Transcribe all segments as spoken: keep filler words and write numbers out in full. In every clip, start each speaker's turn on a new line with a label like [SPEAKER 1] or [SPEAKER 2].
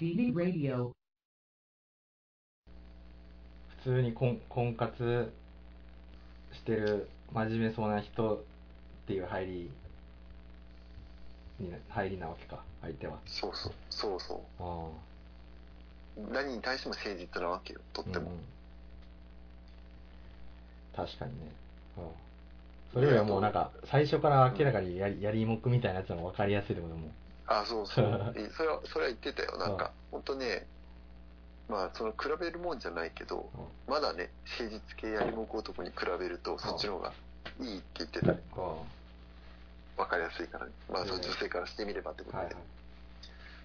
[SPEAKER 1] ディーディー Radio。
[SPEAKER 2] 普通に婚婚活してる真面目そうな人っていう入りに入りなわけか、相手は。
[SPEAKER 3] そうそうそうそ
[SPEAKER 2] あ
[SPEAKER 3] う。何に対しても誠実なわけよ、とっても。
[SPEAKER 2] うんうん、確かにね。ああ、それよりはもうなんか最初から明らかにやり、うん、やりもくみたいなやつの方が分かりやすいってことも。
[SPEAKER 3] あ、そうそう。それはそれは言ってたよ。なんか本当ね、まあその比べるもんじゃないけど、まだね誠実系やりもく男に比べるとそっちの方がいいって言ってたね。分かりやすいからね。まあその女性からしてみればってことで。はいはい、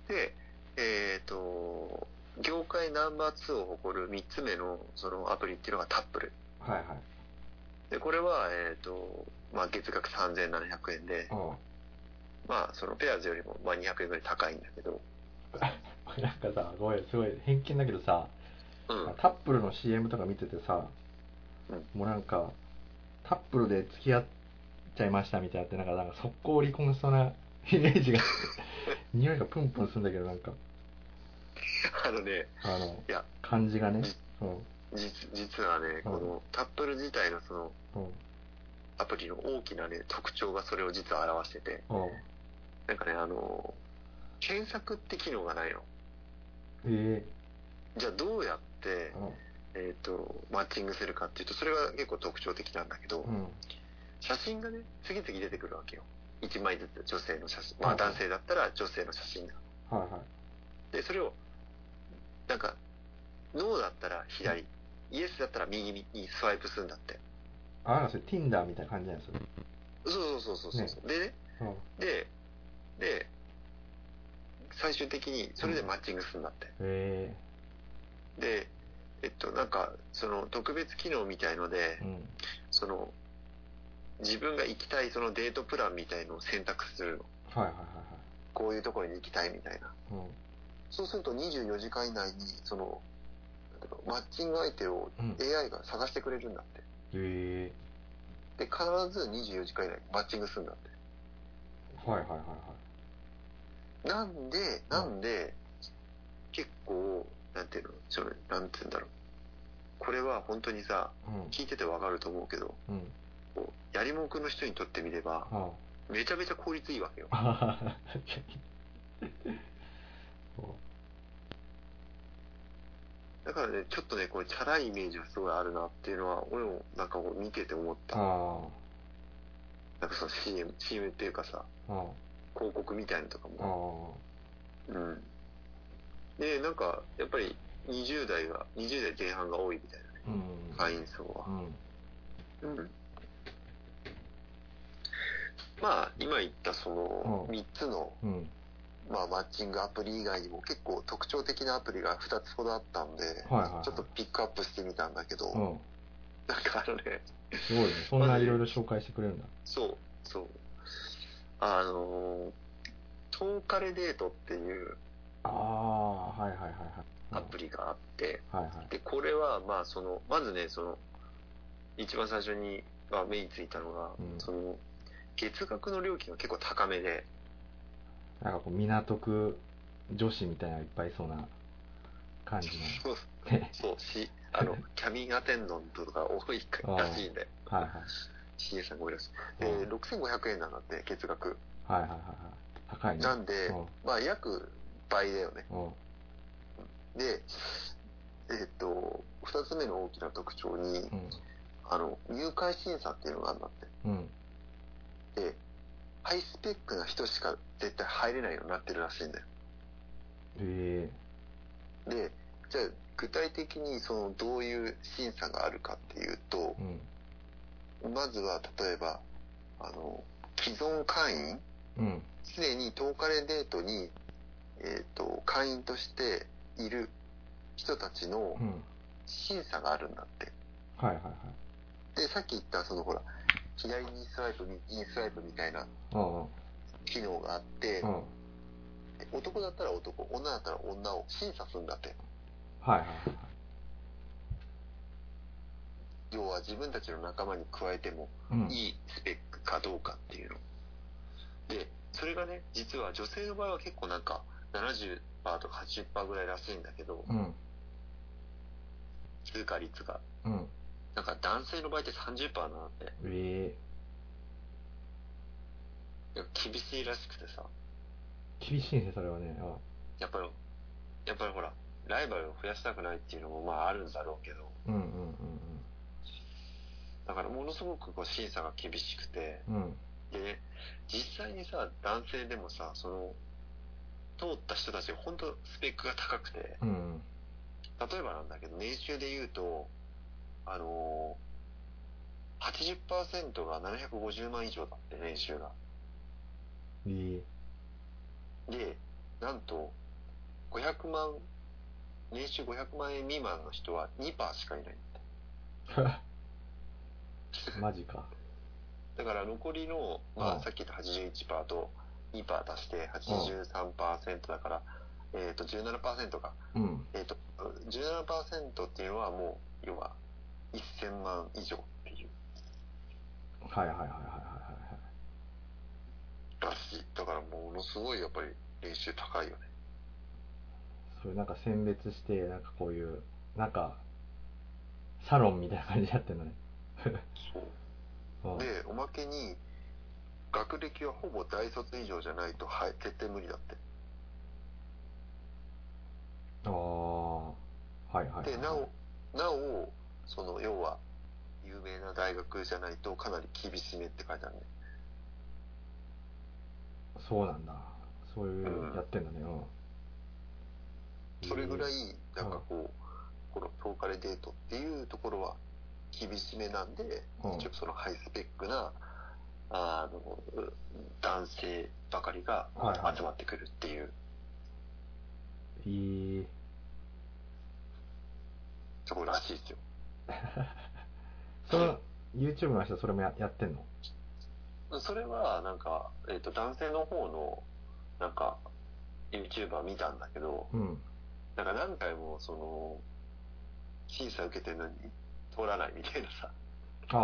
[SPEAKER 3] で、えっ、ー、と業界ナンバーツーを誇るみっつめのそのアプリっていうのがタップル。はいはい。でこれはえっ、ー、とまあ月額さんぜんななひゃくえんで、まあそのペアーズよりもまあにひゃくえんぐらい高いんだけど。
[SPEAKER 2] なんかさ、ごめん、すごい偏見だけどさ、うん、タップルの シーエム とか見ててさ、うん、もうなんかタップルで付き合っちゃいましたみたいなって、なんかなんか速攻離婚しそうなイメージが匂いがプンプンするんだけど、なんか
[SPEAKER 3] あのね、
[SPEAKER 2] あのいや感じがね、
[SPEAKER 3] うん、実, 実はね、うん、このタップル自体のその、うん、アプリの大きなね特徴がそれを実は表してて、うん、なんかね、あの検索って機能がないの。えー、じゃあどうやって、うん、えーと、マッチングするかっていうと、それが結構特徴的なんだけど、うん、写真がね次々出てくるわけよ。いちまいずつ女性の写真、まあ男性だったら女性の写真が、はいはい、でそれをなんかノーだったら左、うん、イエスだったら右にスワイプするんだって。
[SPEAKER 2] ああ、それ Tinder みたいな感じなんですよ。
[SPEAKER 3] そうそうそうそうそう、ね、でね、うん、でで最終的にそれでマッチングするんだって、うん、へー。でえっとなんかその特別機能みたいので、うん、その自分が行きたいそのデートプランみたいのを選択するの。はいはいはいはい。こういうところに行きたいみたいな。うん、そうするとにじゅうよじかん以内にそのマッチング相手を エーアイ が探してくれるんだって。うん、へー。で必ずにじゅうよじかん以内にマッチングするんだって。はいはいはいはい。なんでなんで、うん、結構なんていうの、そのなんていうんだろう。これは本当にさ、うん、聞いててわかると思うけど。うん、やりもくの人にとってみれば、はあ、めちゃめちゃ効率いいわけよ。だからね、ちょっとね、これチャラいイメージがすごいあるなっていうのは、俺もなんか見てて思った。なんかその シーエム、シーエム っていうかさ、広告みたいなのとかも。うん。で、なんか、やっぱりにじゅう代が、にじゅう代前半が多いみたいなね、うん、会員層は。うん。うん、まあ、今言ったそのみっつの、うん、まあ、マッチングアプリ以外にも結構特徴的なアプリがふたつほどあったんで、はいはいはい、ちょっとピックアップしてみたんだけど、うん、なんかあのね、
[SPEAKER 2] すごいね、そんないろいろ紹介してくれるんだ。
[SPEAKER 3] そうそう、あのトーカレデートっていう
[SPEAKER 2] ああ、はいはいはいはい、
[SPEAKER 3] アプリがあって、はいはい、でこれはまあそのまずね、その一番最初に、まあ、目についたのが、うん、その月額の料金が結構高めで、
[SPEAKER 2] なんかこう港区女子みたいなのいっぱいいそうな感じの
[SPEAKER 3] そうそうし、あのキャビンアテンダントとか多いらしいんで、はいはい、シーエー さんが多いらしい。でろくせんごひゃくえんなんだって月額。はいはいはいはい、高いね。なんでまあ約倍だよね。でえー、っとふたつめの大きな特徴に、うん、あの入会審査っていうのがあるんだって、うん、でハイスペックな人しか絶対入れないようになってるらしいんだよ。へえ。でじゃあ具体的にそのどういう審査があるかっていうと、うん、まずは例えばあの既存会員、すで、うん、にトーカレデートに、えー、と会員としている人たちの審査があるんだって、うん、はいはいはい。でさっき言ったそのほら左にスワイプ右にスワイプみたいな機能があって、うん、男だったら男、女だったら女を審査するんだって。はいはいはい。要は自分たちの仲間に加えてもいいスペックかどうかっていうの、うん、でそれがね実は女性の場合は結構なんかななじゅうパーセント とか はちじゅっパーセント ぐらいらしいんだけど、
[SPEAKER 2] うん、
[SPEAKER 3] 通過率が。
[SPEAKER 2] うん。
[SPEAKER 3] なんか男性の場合って さんじゅっパーセント なんだって。
[SPEAKER 2] え
[SPEAKER 3] えー。厳しいらしくてさ。
[SPEAKER 2] 厳しいね、それはね。あ
[SPEAKER 3] やっぱり、やっぱりほら、ライバルを増やしたくないっていうのもまああるんだろうけど。
[SPEAKER 2] うんうんうんうん。
[SPEAKER 3] だからものすごくこう審査が厳しくて、
[SPEAKER 2] うん、
[SPEAKER 3] で、実際にさ、男性でもさ、その、通った人たちが本当スペックが高くて、
[SPEAKER 2] うん、
[SPEAKER 3] 例えばなんだけど、年収で言うと、あのー、はちじゅっパーセント がななひゃくごじゅうまん以上だって、年収が。
[SPEAKER 2] え
[SPEAKER 3] ー、で、なんと、ごひゃくまん、年収ごひゃくまん円未満の人は にパーセント しかいないんだって。
[SPEAKER 2] マジか。
[SPEAKER 3] だから残りの、まあ、さっき言った はちじゅういちパーセント と にパーセント足して はちじゅうさんパーセント だから、えっと、じゅうななパーセント か。
[SPEAKER 2] うん。
[SPEAKER 3] えっと、じゅうななパーセント っていうのはもう、要は、せんまん以上っていう。
[SPEAKER 2] はいはいはいはいはいはい。
[SPEAKER 3] らしい。だからものすごいやっぱり年収高いよね。
[SPEAKER 2] それなんか選別して、なんかこういう、なんか、サロンみたいな感じになってるのね。
[SPEAKER 3] そう。で、おまけに、学歴はほぼ大卒以上じゃないと、はい、絶対無理だって。
[SPEAKER 2] ああ、はいはいはい、はい。
[SPEAKER 3] で、なお、なお、その、要は、有名な大学じゃないとかなり厳しめって書いてあるね。
[SPEAKER 2] そうなんだ。そういうやってんだね。うん
[SPEAKER 3] それぐらい、なんかこう、このトーカレデートっていうところは厳しめなんで、うん、一応そのハイスペックな、あの、男性ばかりが集まってくるっていう。
[SPEAKER 2] へ、はいはい、
[SPEAKER 3] ところらしいですよ。
[SPEAKER 2] その YouTube の人それも や, やってん
[SPEAKER 3] の？それは、なんか、えっと、男性の方の、なんか、YouTuber 見たんだけど、
[SPEAKER 2] うん、
[SPEAKER 3] なんか何回も、その、審査受けてるのに通らないみたいなさ。
[SPEAKER 2] ああ、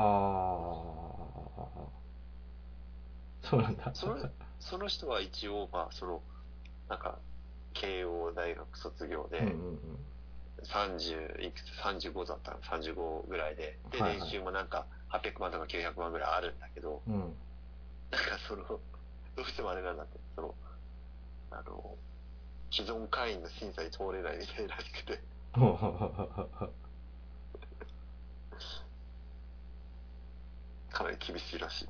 [SPEAKER 2] そうなんだ。
[SPEAKER 3] その、その人は一応、まあ、その、なんか、慶応大学卒業で、うんうんうん、さんじゅういくつ、さんじゅうごだったの、さんじゅうごぐらいで、で、年収もなんかはっぴゃくまんとかきゅうひゃくまんぐらいあるんだけど、うん、なんかその、どうしてもあれなんだって、その、あの、既存会員の審査に通れないみたいらしくて。かなり厳しいらしい。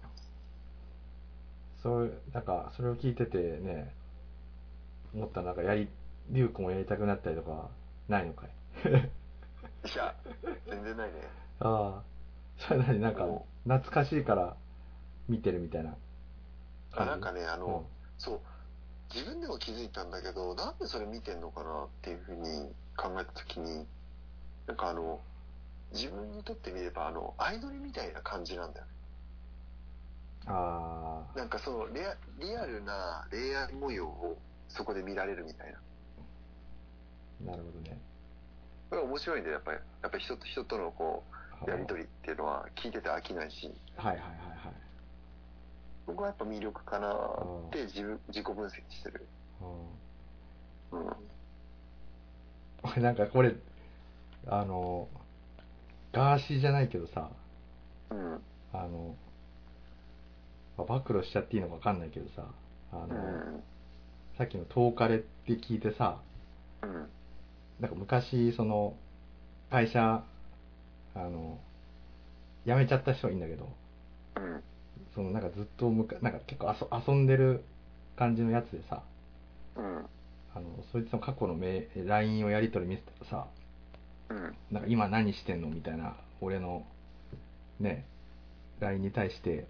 [SPEAKER 2] そう、なんか、それを聞いててね、思ったなんか、やり、リュウ君もやりたくなったりとか、ないのかい？
[SPEAKER 3] いや、全然ないね。
[SPEAKER 2] ああ、それなになんか、懐かしいから見てるみたいな。
[SPEAKER 3] あ、なんかね、あの、うん、そう、自分でも気づいたんだけど、なんでそれ見てんのかなっていうふうに考えたときに、なんかあの、自分にとってみれば、あの、アイドルみたいな感じなんだよね。
[SPEAKER 2] ああ。
[SPEAKER 3] なんかそのリア、リアルな恋愛模様をそこで見られるみたいな。
[SPEAKER 2] なるほどね。
[SPEAKER 3] これは面白いんで、やっぱり、やっぱり人と人とのこう、やりとりっていうのは聞いてて飽きないし。
[SPEAKER 2] はいはいはいはい。
[SPEAKER 3] 僕はやっぱ魅力かなって自分、自己分析してる。
[SPEAKER 2] うん。うん。なんかこれ、あの、ガーシーじゃないけどさ、うん。あの、暴露しちゃっていいのか分かんないけどさ、あの、うん、さっきのトーカレって聞いてさ、うん、なんか昔その会社あの辞めちゃった人はいいんだけど、うん、そのなんかずっとむかなんか結構遊んでる感じのやつでさ、うん、あのそいつの過去のメ ライン をやり取り見せたらさ、うん、なんか今何してんのみたいな俺のね ライン に対して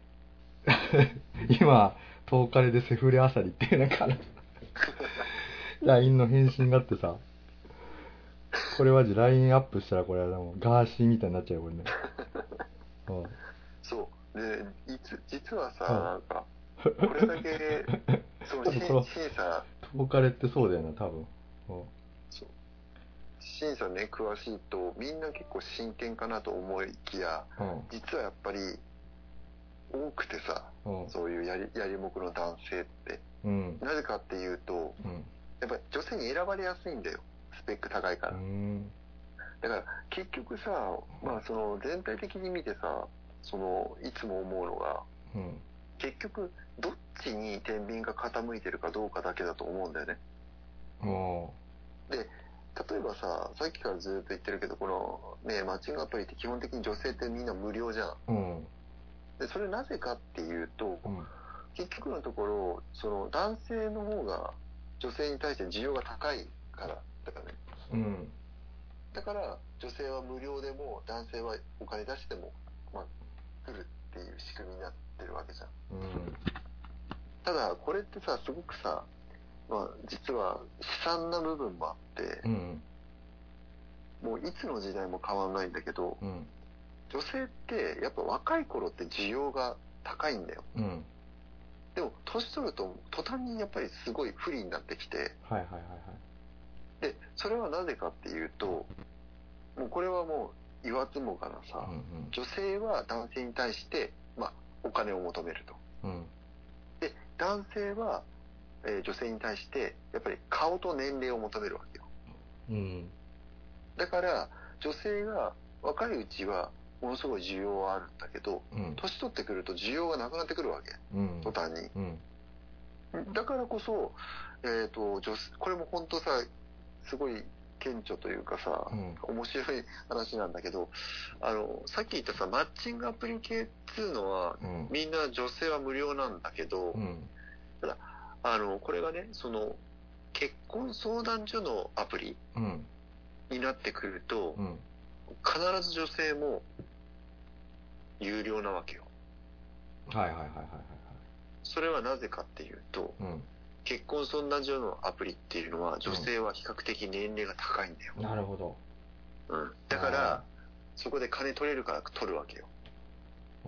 [SPEAKER 2] 今トーカレでセフレあさりっていうなんかライン の返信があってさ、これマジ ライン アップしたらこれはもうガーシーみたいになっちゃうよこれね。うん、
[SPEAKER 3] そうでいつ実はさ、なんかこれだけその審査
[SPEAKER 2] トーカレってそうだよな多分。うん、
[SPEAKER 3] そう審査ね詳しいとみんな結構真剣かなと思いきや、うん、実はやっぱり多くてさ、うん、そういうやりやりもくの男性って、うん、なぜかっていうと、うん、 やっぱり女性に選ばれやすいんだよ、スペック高いから。だから結局さ、まあその全体的に見てさ、そのいつも思うのが、うん、結局どっちに天秤が傾いてるかどうかだけだと思うんだよね。で、例えばさ、さっきからずっと言ってるけど、このね、マッチングアプリって基本的に女性ってみんな無料じゃん。うん、でそれなぜかっていうと、うん、結局のところ、その男性の方が女性に対して需要が高いからだからね。うん、だから女性は無料でも男性はお金出しても、まあ、来るっていう仕組みになってるわけじゃん。うん、ただこれってさ、すごくさ、まあ、実は悲惨な部分もあって、うん、もういつの時代も変わんないんだけど、うん、女性ってやっぱ若い頃って需要が高いんだよ。うん、でも年取ると途端にやっぱりすごい不利になってきて、はいはいはいはい、でそれはなぜかっていうと、もうこれはもう言わずもがなさ、うんうん、女性は男性に対して、まあ、お金を求めると、うん、で男性は、えー、女性に対してやっぱり顔と年齢を求めるわけよ。うん、だから女性が若いうちはものすごい需要はあるんだけど、うん、年取ってくると需要がなくなってくるわけ、うん、途端に、うん、だからこそ、えーと、女これも本当さ、すごい顕著というかさ、うん、面白い話なんだけど、あのさっき言ったさ、マッチングアプリ系っていうのは、うん、みんな女性は無料なんだけど、うん、ただあのこれがね、その結婚相談所のアプリ、うん、になってくると、うん、必ず女性も有料なわけよ。はいはいはいはいはい。それはなぜかっていうと、うん、結婚相談所のアプリっていうのは女性は比較的年齢が高いんだよ。うん、なるほど。うん。だからそこで金取れるから取るわけよ。うん。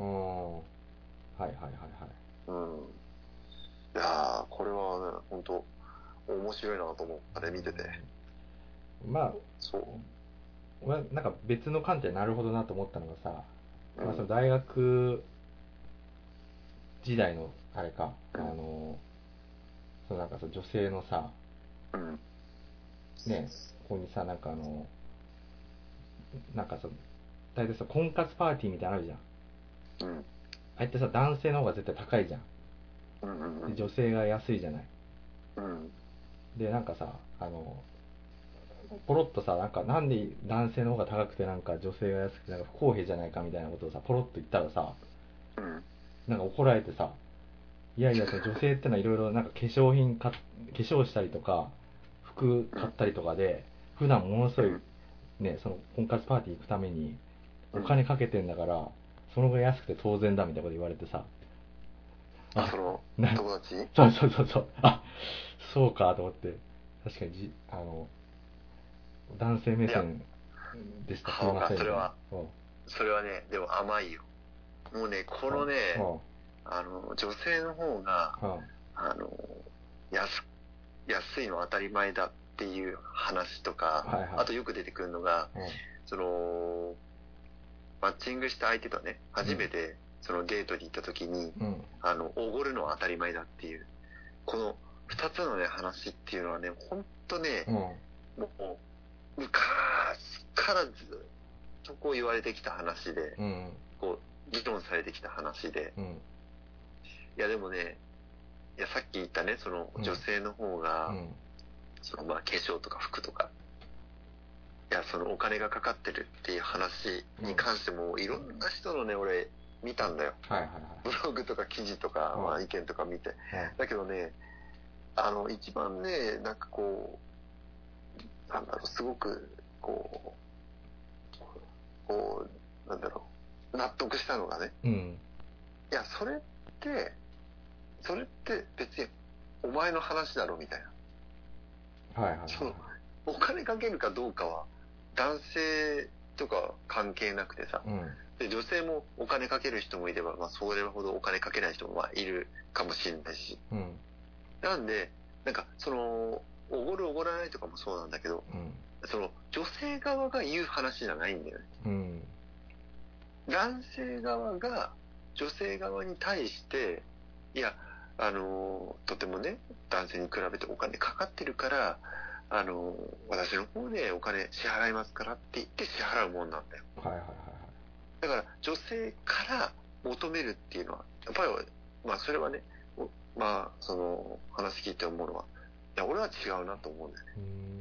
[SPEAKER 3] はいはいはいはい。うん。いやー、これはね、本当面白いなと思ったね、見てて。まあ、そう。俺はなんか別の観点でなるほどなと思ったのがさ、うん、まあ、その大学時代のあれか、うん、あのそのなんかその女性のさ、うん、ね、ここにさ、なんかあのなんかその大体さ、婚活パーティーみたいなのあるじゃん、うん、ああやってさ、男性の方が絶対高いじゃん、うんうんうん、で女性が安いじゃない、うん、でなんかさ、あのポロッとさ、なんかなんで男性の方が高くてなんか女性が安くてなんか不公平じゃないかみたいなことをさ、ポロッと言ったらさ、うん、なんか怒られてさ、いやいや、女性ってのはいろいろなんか化粧品か、化粧したりとか服買ったりとかで普段ものすごいね、その婚活パーティー行くためにお金かけてんだから、そのぐらい安くて当然だみたいなこと言われてさ、あ、その友達？そうそうそうそう、あ、そうかと思って、確かにじあの男性目線でした。すいません。それは、それはね、でも甘いよ。もうね、このね、あの女性の方が、あの安安いの当たり前だっていう話とか、はいはい、あとよく出てくるのが、うん、そのマッチングした相手とね、初めてそのデートに行った時に、うん、あのおごるのは当たり前だっていう、このふたつのね話っていうのはね、ほんとね、うん、もう昔からずっとこう言われてきた話で、うん、こう議論されてきた話で、うん、いやでもね、いやさっき言ったね、その女性の方が、うん、そのまあ化粧とか服とか、いやそのお金がかかってるっていう話に関しても、うん、いろんな人のね俺見たんだよ、はいはいはい、ブログとか記事とか、まあ、意見とか見て、うん、だけどね、あの一番ね、なんかこうなんだろう、すごくこうこうなんだろう、納得したのがね、うん、いやそれってそれって別にお前の話だろみたいな、はいはいはい、そのお金かけるかどうかは男性とか関係なくてさ、うん、で女性もお金かける人もいれば、まあ、それほどお金かけない人もまあいるかもしれないし、うん、なんでなんかそのおごるおごらないとかもそうなんだけど、うん、その女性側が言う話じゃないんだよね、うん、男性側が女性側に対して、いやあのとてもね男性に比べてお金かかってるからあの私の方でお金支払いますからって言って支払うもんなんだよ。
[SPEAKER 2] はいはいはいはい。
[SPEAKER 3] だから女性から求めるっていうのはやっぱりまあそれはねまあその話聞いて思うのはいや俺は違うなと思うんだよね。
[SPEAKER 2] うん。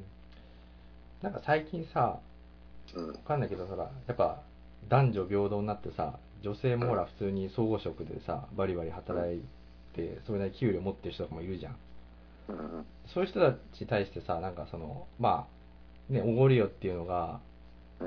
[SPEAKER 2] なんか最近さ、うん、わかんないけどほらやっぱ男女平等になってさ、女性もほら普通に総合職でさバリバリ働いてそれなりに給料持ってる人とかもいるじゃん。うん、そういう人たちに対してさ、なんかそのまあねおごるよっていうのが、うん、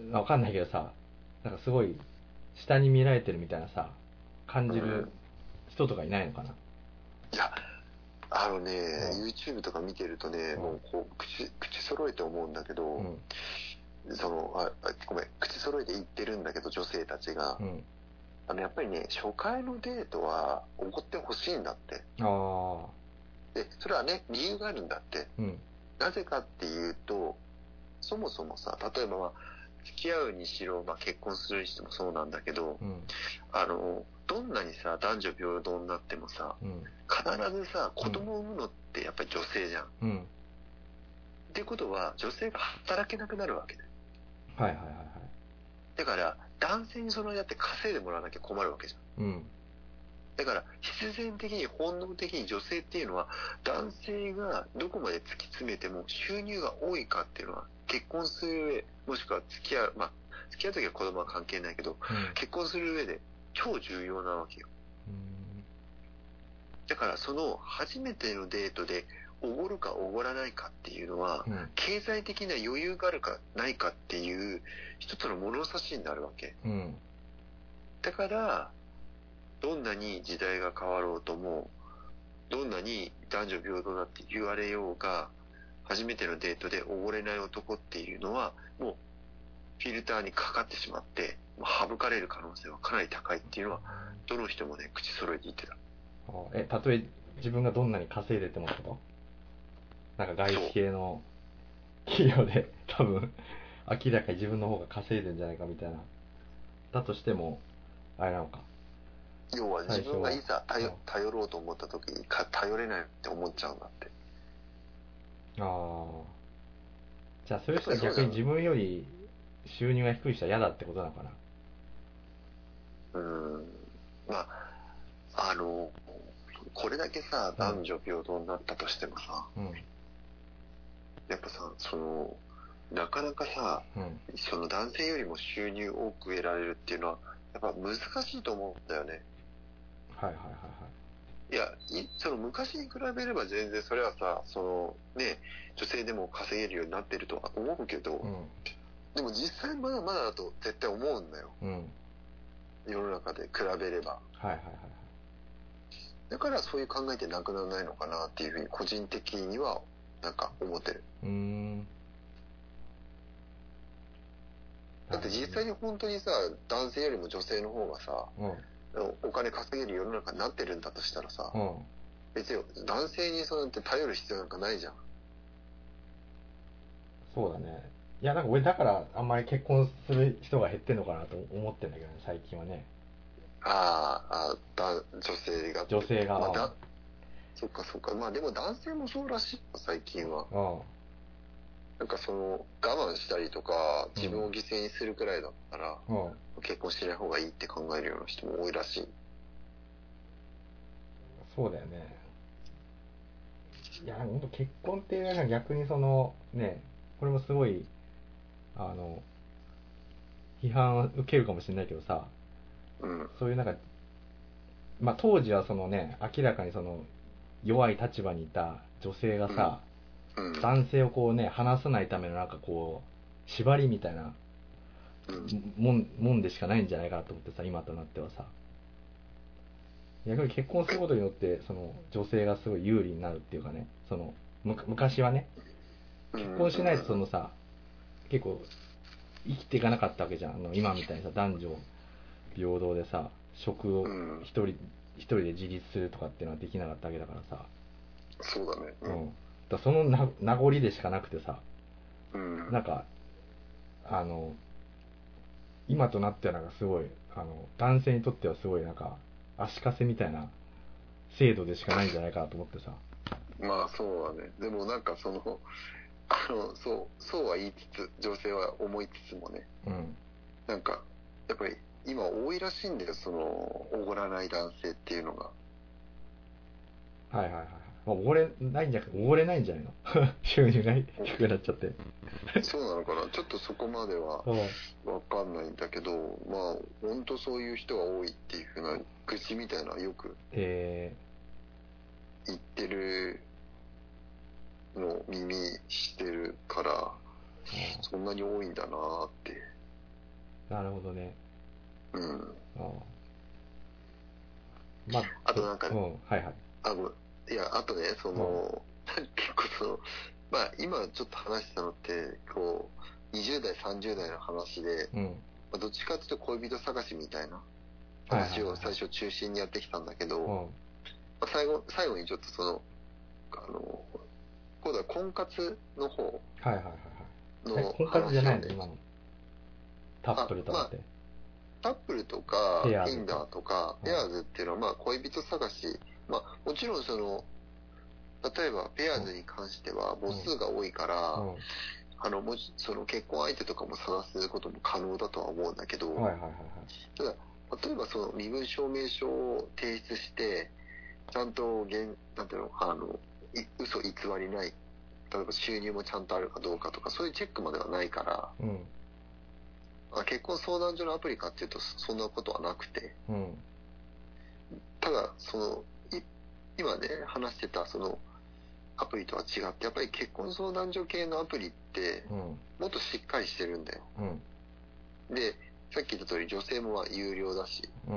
[SPEAKER 2] わかんないけどさ、なんかすごい下に見られてるみたいなさ感じる人とかいないのかな。
[SPEAKER 3] いやあのね、うん、YouTube とか見てるとね、うん、もうこう口口揃えて思うんだけど、うん、そのあごめん口揃えて言ってるんだけど女性たちが、うん、あのやっぱりね初回のデートはおごってほしいんだって。あでそれはね理由があるんだって、うん、なぜかっていうとそもそもさ例えば、まあ、付き合うにしろ、まあ、結婚するにしてもそうなんだけど、うん、あのどんなにさ男女平等になってもさ、うん、必ずさ子供を産むのってやっぱり女性じゃん、うん、ってことは女性が働けなくなるわけだよ。
[SPEAKER 2] はいはいはいはい。
[SPEAKER 3] だから男性にその間って稼いでもらわなきゃ困るわけじゃん、うん、だから必然的に本能的に女性っていうのは男性がどこまで突き詰めても収入が多いかっていうのは結婚する上もしくは付き合うまあ付き合う時は子供は関係ないけど、うん、結婚する上で超重要なわけよ。うん、だからその初めてのデートでおごるかおごらないかっていうのは、うん、経済的な余裕があるかないかっていう一つの物差しになるわけ、うん、だからどんなに時代が変わろうともどんなに男女平等だって言われようが初めてのデートでおごれない男っていうのはもうフィルターにかかってしまって省かれる可能性はかなり高いっていうのはどの人もね口揃えて言ってた。
[SPEAKER 2] え、たとえ自分がどんなに稼いでてもってこと？なんか外資系の企業で多分明らかに自分の方が稼いでんじゃないかみたいなだとしてもあれなのか。
[SPEAKER 3] 要は自分がいざ 頼, 頼ろうと思った時にか頼れないって思っちゃうんだって。
[SPEAKER 2] ああ。じゃあそういう人は逆に自分より収入が低い人は嫌だってことなのかな。
[SPEAKER 3] うーん。まああのこれだけさ男女平等になったとしてもさ、うん、やっぱさそのなかなかさ、うん、その男性よりも収入多く得られるっていうのはやっぱ難しいと思うんだよね。
[SPEAKER 2] はいはいはいはい。
[SPEAKER 3] いやいその昔に比べれば全然それはさそのね女性でも稼げるようになってるとは思うけど、うん、でも実際まだまだだと絶対思うんだよ、うん、世の中で比べれば。はいはいはい。だからそういう考えってなくならないのかなっていうふうに個人的にはなんか思ってる。うーん。だって実際に本当にさ男性よりも女性の方がさ、うんお金稼げる世の中になってるんだとしたらさ、うん、別に男性にそうやって頼る必要なんかないじゃん。
[SPEAKER 2] そうだね。いやなんか俺だからあんまり結婚する人が減ってんのかなと思ってんだけどね最近はね。
[SPEAKER 3] ああだ女性が
[SPEAKER 2] 女性が、
[SPEAKER 3] まあ、だそっかそっか。まあでも男性もそうらしい最近は。うんなんかその我慢したりとか自分を犠牲にするくらいだったら、うん、結婚しない方がいいって考えるような人も多いらしい。
[SPEAKER 2] そうだよね。いや本当結婚っていうのは逆にそのねこれもすごいあの批判を受けるかもしれないけどさ、うん、そういうなんかまあ当時はそのね明らかにその弱い立場にいた女性がさ、うん男性をこうね離さないためのなんかこう縛りみたいなもん、もんでしかないんじゃないかなと思ってさ今となってはさ逆に結婚することによってその女性がすごい有利になるっていうかねそのむ昔はね結婚しないとそのさ結構生きていかなかったわけじゃんあの今みたいにさ男女平等でさ職を一人一人で自立するとかっていうのはできなかったわけだからさ
[SPEAKER 3] そうだねうん
[SPEAKER 2] だそのな名残でしかなくてさ、うん、なんかあの今となってはなんかすごいあの男性にとってはすごいなんか足かせみたいな制度でしかないんじゃないかなと思ってさ。
[SPEAKER 3] まあそうだね。でもなんかその、あの、そう、そうは言いつつ、女性は思いつつもね、うん、なんか、やっぱり今多いらしいんだよ、その、おごらない男性っていうのが。
[SPEAKER 2] はいはいはい。まあ、おごれないんじゃ、おごれないんじゃないの収入が低くなっちゃって。
[SPEAKER 3] そうなのかな、ちょっとそこまではわかんないんだけど、まあ、ほんとそういう人が多いっていうふうな口みたいなのはよく言ってるのを耳してるから、そんなに多いんだなって。
[SPEAKER 2] なるほどね。
[SPEAKER 3] うん。
[SPEAKER 2] あ
[SPEAKER 3] まあ、あとなんか、
[SPEAKER 2] ね、うん、はいはい。
[SPEAKER 3] あの、いや、あとね、その、結構その、まあ今ちょっと話したのって、こう、にじゅう代、さんじゅう代の話で、うん、まあ、どっちかっていうと恋人探しみたいな話を最初中心にやってきたんだけど、まあ、最後、最後にちょっとその、あの、今度は婚活の方の話、はいはいはいはい、
[SPEAKER 2] 婚活じゃないの今の。タップルとかって。
[SPEAKER 3] タップルとか、Tinder とか、ペアーズっていうのは、まあ恋人探し、まあもちろんその、例えばペアーズに関しては母数が多いから、うんうん、あのもその結婚相手とかも探すことも可能だとは思うんだけど、はいはいはいはい、ただ例えばその身分証明書を提出してちゃんと現なんていうのあの嘘偽りない、例えば収入もちゃんとあるかどうかとかそういうチェックまではないから、うん、あ結婚相談所のアプリかっていうとそんなことはなくて、うん、ただその今ね話してたそのアプリとは違ってやっぱり結婚相談所系のアプリってもっとしっかりしてるんだよ、うん、でさっき言った通り女性もまあ有料だし、うん、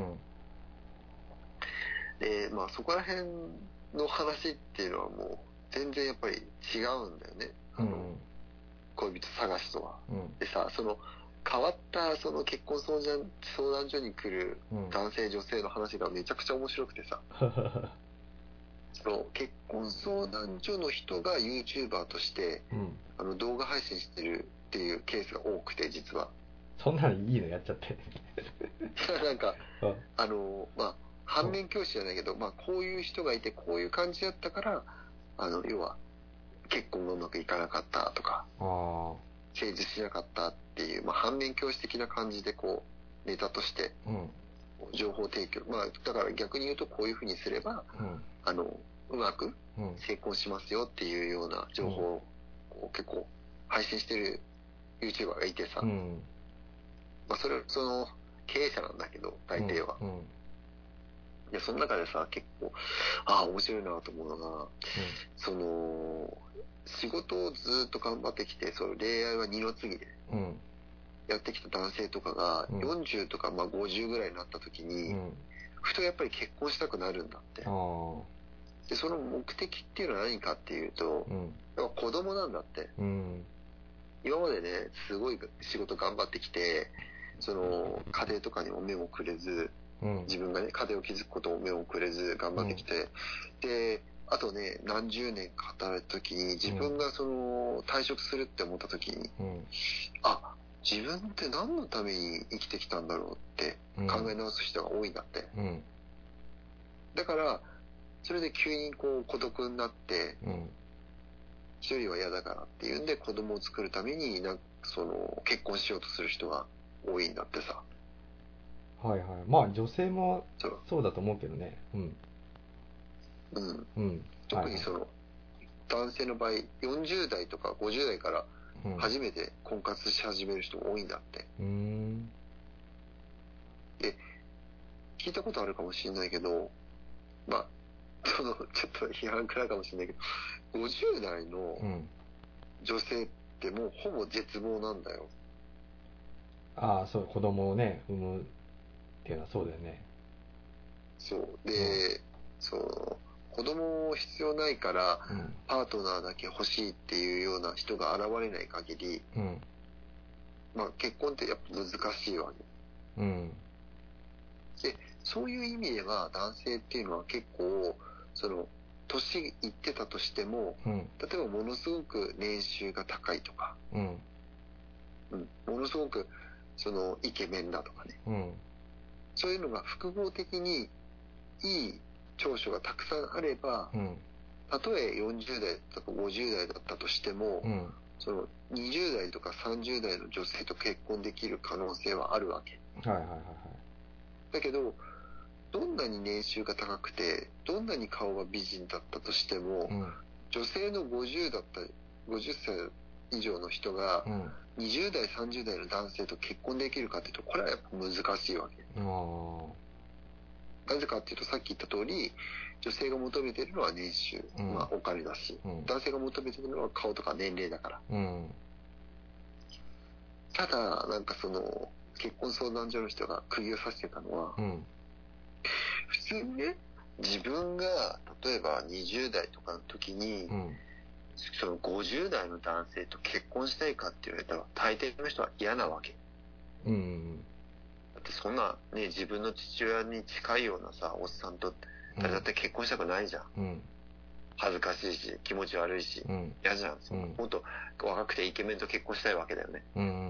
[SPEAKER 3] でまあそこら辺の話っていうのはもう全然やっぱり違うんだよね、あの、うん、恋人探しとは、うん、でさその変わったその結婚相談相談所に来る男性、うん、女性の話がめちゃくちゃ面白くてさその結婚相談所の人が YouTuber として、うん、あの動画配信してるっていうケースが多くて実は
[SPEAKER 2] そんなのいいのやっちゃって
[SPEAKER 3] なんかあのまあ反面教師じゃないけど、まあ、こういう人がいてこういう感じだったからあの要は結婚がうまくいかなかったとか成立しなかったっていう、まあ、反面教師的な感じでこうネタとして情報提供、まあ、だから逆に言うとこういうふうにすれば、うん、あのうまく成功しますよっていうような情報を結構配信してる YouTuber がいてさ、うん、まあ、それその経営者なんだけど大抵は、うんうん、でその中でさ結構ああ面白いなと思うのが、うん、その仕事をずっと頑張ってきてその恋愛は二の次でやってきた男性とかがよんじゅうとかまあごじゅうぐらいになった時に、うん、ふとやっぱり結婚したくなるんだって。でその目的っていうのは何かっていうと、うん、やっぱ子供なんだって、うん、今までねすごい仕事頑張ってきてその家庭とかにも目もくれず、うん、自分がね家庭を築くことも目もくれず頑張ってきて、うん、であとね何十年か働いた時に自分がその退職するって思った時に、うん、あ自分って何のために生きてきたんだろうって考え直す人が多いんだって、うん、だからそれで急にこう孤独になって、うん、一人は嫌だからっていうんで子供を作るためになんかその結婚しようとする人が多いんだってさ。
[SPEAKER 2] はいはい。まあ女性もそうだと思うけどね。うん。
[SPEAKER 3] うん。うん、特にその、はいはい、男性の場合よんじゅう代とかごじゅう代から初めて婚活し始める人も多いんだって。うん。で聞いたことあるかもしれないけど、まあそのちょっと批判くらいかもしれないけどごじゅう代の女性ってもうほぼ絶望なんだよ、
[SPEAKER 2] うん、ああそう子供をね産むっていうのはそうだよね。
[SPEAKER 3] そうで、うん、そう子供必要ないから、うん、パートナーだけ欲しいっていうような人が現れない限り、うん、まあ結婚ってやっぱ難しいわけ、うん、でそういう意味では男性っていうのは結構その年いってたとしても、うん、例えばものすごく年収が高いとか、うんうん、ものすごくそのイケメンだとかね、うん、そういうのが複合的にいい長所がたくさんあれば、うん、たとえよんじゅう代とかごじゅう代だったとしても、うん、そのにじゅう代とかさんじゅう代の女性と結婚できる可能性はあるわけ。
[SPEAKER 2] はいはいはいはい。
[SPEAKER 3] だけど、どんなに年収が高くて、どんなに顔が美人だったとしても、うん、女性のごじゅうだったり、ごじゅっさい以上の人が、にじゅう代、さんじゅう代の男性と結婚できるかっていうと、これはやっぱ難しいわけ。なぜかっていうと、さっき言った通り、女性が求めてるのは年収、うん、まあお金だし、うん、男性が求めてるのは顔とか年齢だから。うん、ただ、なんかその、結婚相談所の人が釘を刺してたのは、うん、普通にね、自分が例えばにじゅう代とかの時に、うん、そのごじゅう代の男性と結婚したいかって言われたら大抵の人は嫌なわけ。うん、だってそんなね、自分の父親に近いようなさ、おっさんと誰だって結婚したくないじゃん。うん、恥ずかしいし、気持ち悪いし、うん、嫌じゃん。その、うん、もっと若くてイケメンと結婚したいわけだよね。うんうん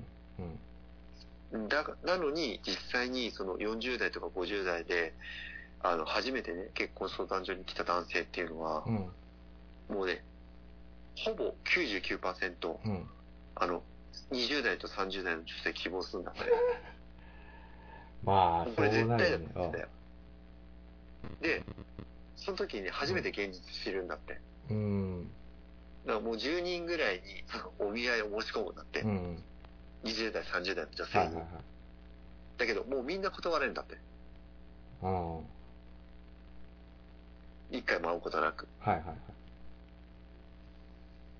[SPEAKER 3] うんうん、だなのに実際にそのよんじゅう代とかごじゅう代であの初めてね結婚相談所に来た男性っていうのは、うん、もうねほぼ きゅうじゅうきゅうパーセント、うん、あのにじゅう代とさんじゅう代の女性希望するんだって。
[SPEAKER 2] まあ
[SPEAKER 3] これ絶対だって言ってたよ。でその時に初めて現実知るんだって、うん、だからもうじゅうにんぐらいにお見合いを申し込むんだって、うん、にじゅう代さんじゅう代の女性に、はいはいはい、だけどもうみんな断れるんだって。一回も会うことなく、はいはいはい、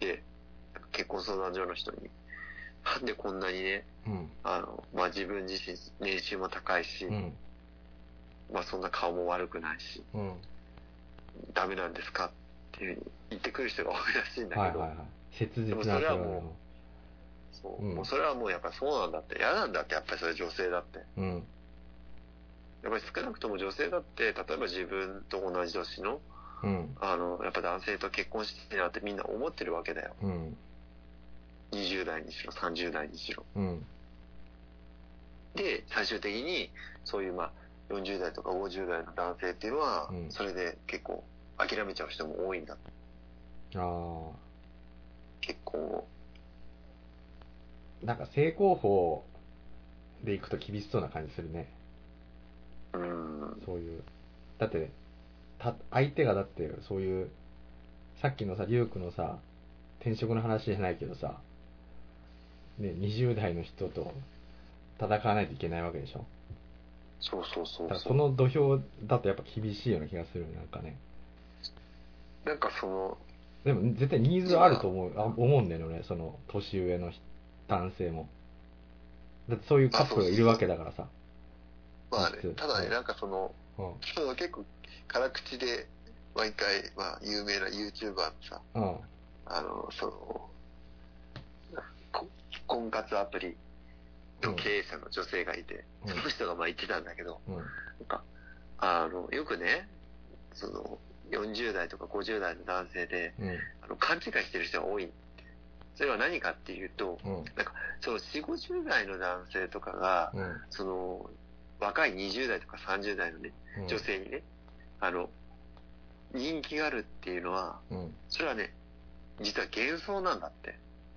[SPEAKER 3] で結婚相談所の人になんでこんなにね、うん、あのまあ自分自身年収も高いし、うん、まあそんな顔も悪くないし、うん、ダメなんですかっていうふうに言ってくる人が多いらしいんだけど、はいはいはい、
[SPEAKER 2] 切実な。
[SPEAKER 3] でもそれはもうそう、うん、もうそれはもうやっぱりそうなんだって、嫌なんだって、やっぱりそれ女性だって、うん、やっぱり少なくとも女性だって例えば自分と同じ年の、うん、あのやっぱ男性と結婚してるなってみんな思ってるわけだよ、うん、にじゅう代にしろさんじゅう代にしろ、うん、で最終的にそういうまあよんじゅう代とかごじゅう代の男性っていうのは、うん、それで結構諦めちゃう人も多いんだ。あ結婚を
[SPEAKER 2] なんか正攻法でいくと厳しそうな感じするね。うん、そういうだってた相手がだってそういうさっきのさリュウクのさ転職の話じゃないけどさ、ね、にじゅう代の人と戦わないといけないわけでしょ。
[SPEAKER 3] そうそうそうそう。だから
[SPEAKER 2] その土俵だとやっぱ厳しいような気がする。なんかね。
[SPEAKER 3] なんかその
[SPEAKER 2] でも絶対ニーズあると思うあ思うんだよね。その年上の男性も。だってそういうカップルがいるわけだからさ。
[SPEAKER 3] まあね、ただね、なんかその、うん、その結構辛口で毎回、まあ、有名な YouTuber のさ、うん、あのその婚活アプリの経営者の女性がいて、うん、その人がまあ言ってたんだけど、うん、なんかあのよくねそのよんじゅう代とかごじゅう代の男性で、うん、あの勘違いしてる人が多いって。それは何かっていうと、うん、なんかそのよんじゅう、ごじゅう代の男性とかが、うん、その若いにじゅう代とかさんじゅう代のね、うん、女性にね、あの人気があるっていうのは、うん、それはね実は幻想なんだって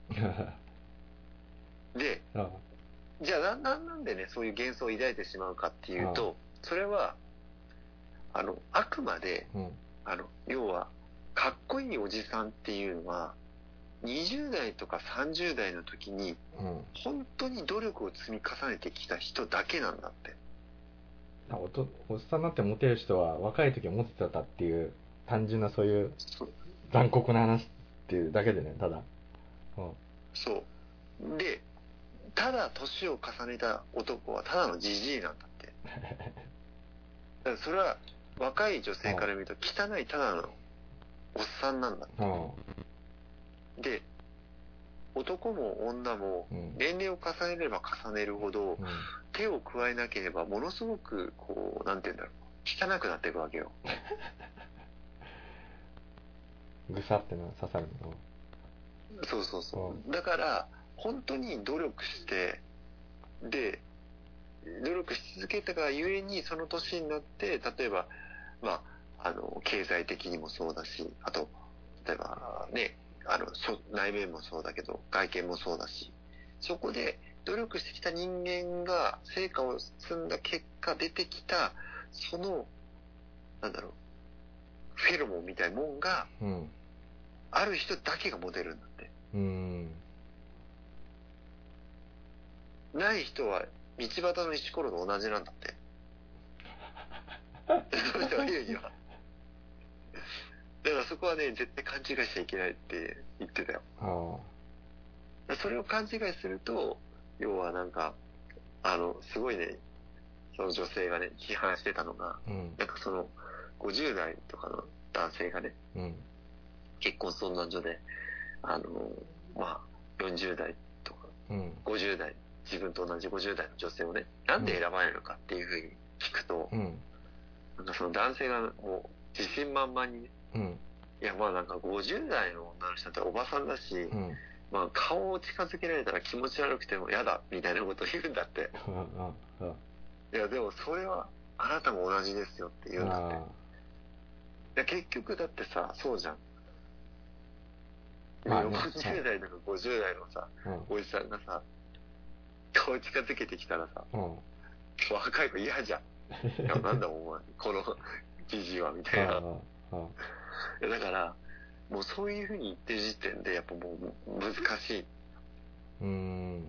[SPEAKER 3] で、ああじゃあななんでねそういう幻想を抱いてしまうかっていうと、ああそれはあのあくまで、うん、あの要はかっこいいおじさんっていうのはにじゅう代とかさんじゅう代の時に、うん、本当に努力を積み重ねてきた人だけなんだって。
[SPEAKER 2] お, とおっさんになってモテる人は若い時はモテてたっていう単純なそういう残酷な話っていうだけでね、ただ、
[SPEAKER 3] うん、そうでただ年を重ねた男はただのジジイなんだってだからそれは若い女性から見ると汚いただのおっさんなんだって、うん、で男も女も年齢を重ねれば重ねるほど、うん、手を加えなければものすごくこうなんて言うんだろう汚くなっていくわけよ
[SPEAKER 2] ぐさっての刺さるの。
[SPEAKER 3] そうそうそう、うん、だから本当に努力してで努力し続けたがゆえにその年になって例えばまああの経済的にもそうだし、あと例えばね、あの内面もそうだけど外見もそうだし、そこで努力してきた人間が成果を積んだ結果出てきたそのなんだろうフェロモンみたいなもんが、うん、ある人だけが持てるんだって。うん、ない人は道端の石ころと同じなんだって。そういう意味は。だからそこはね、絶対勘違いしちゃいけないって言ってたよ。あ、それを勘違いすると、要はなんか、あの、すごいね、その女性がね、批判してたのが、うん、なんかその、ごじゅう代とかの男性がね、うん、結婚相談所で、あの、まあ、よんじゅう代とか、うん、ごじゅう代、自分と同じごじゅう代の女性をね、なんで選ばないのかっていうふうに聞くと、うん、なんかその男性がもう自信満々にね、うん、いやまあなんかごじゅう代の女の人っておばさんだし、うん、まあ顔を近づけられたら気持ち悪くても嫌だみたいなことを言うんだって。いやでもそれはあなたも同じですよって言うんだって。いや結局だってさ、そうじゃん。まあね、よんじゅう代とかごじゅう代のさ、うん、おじさんがさ、顔近づけてきたらさ、うん、若い子嫌じゃん。いやなんだお前このじじいはみたいな。だからもうそういうふうに言ってる時点でやっぱもう難しい。うーん。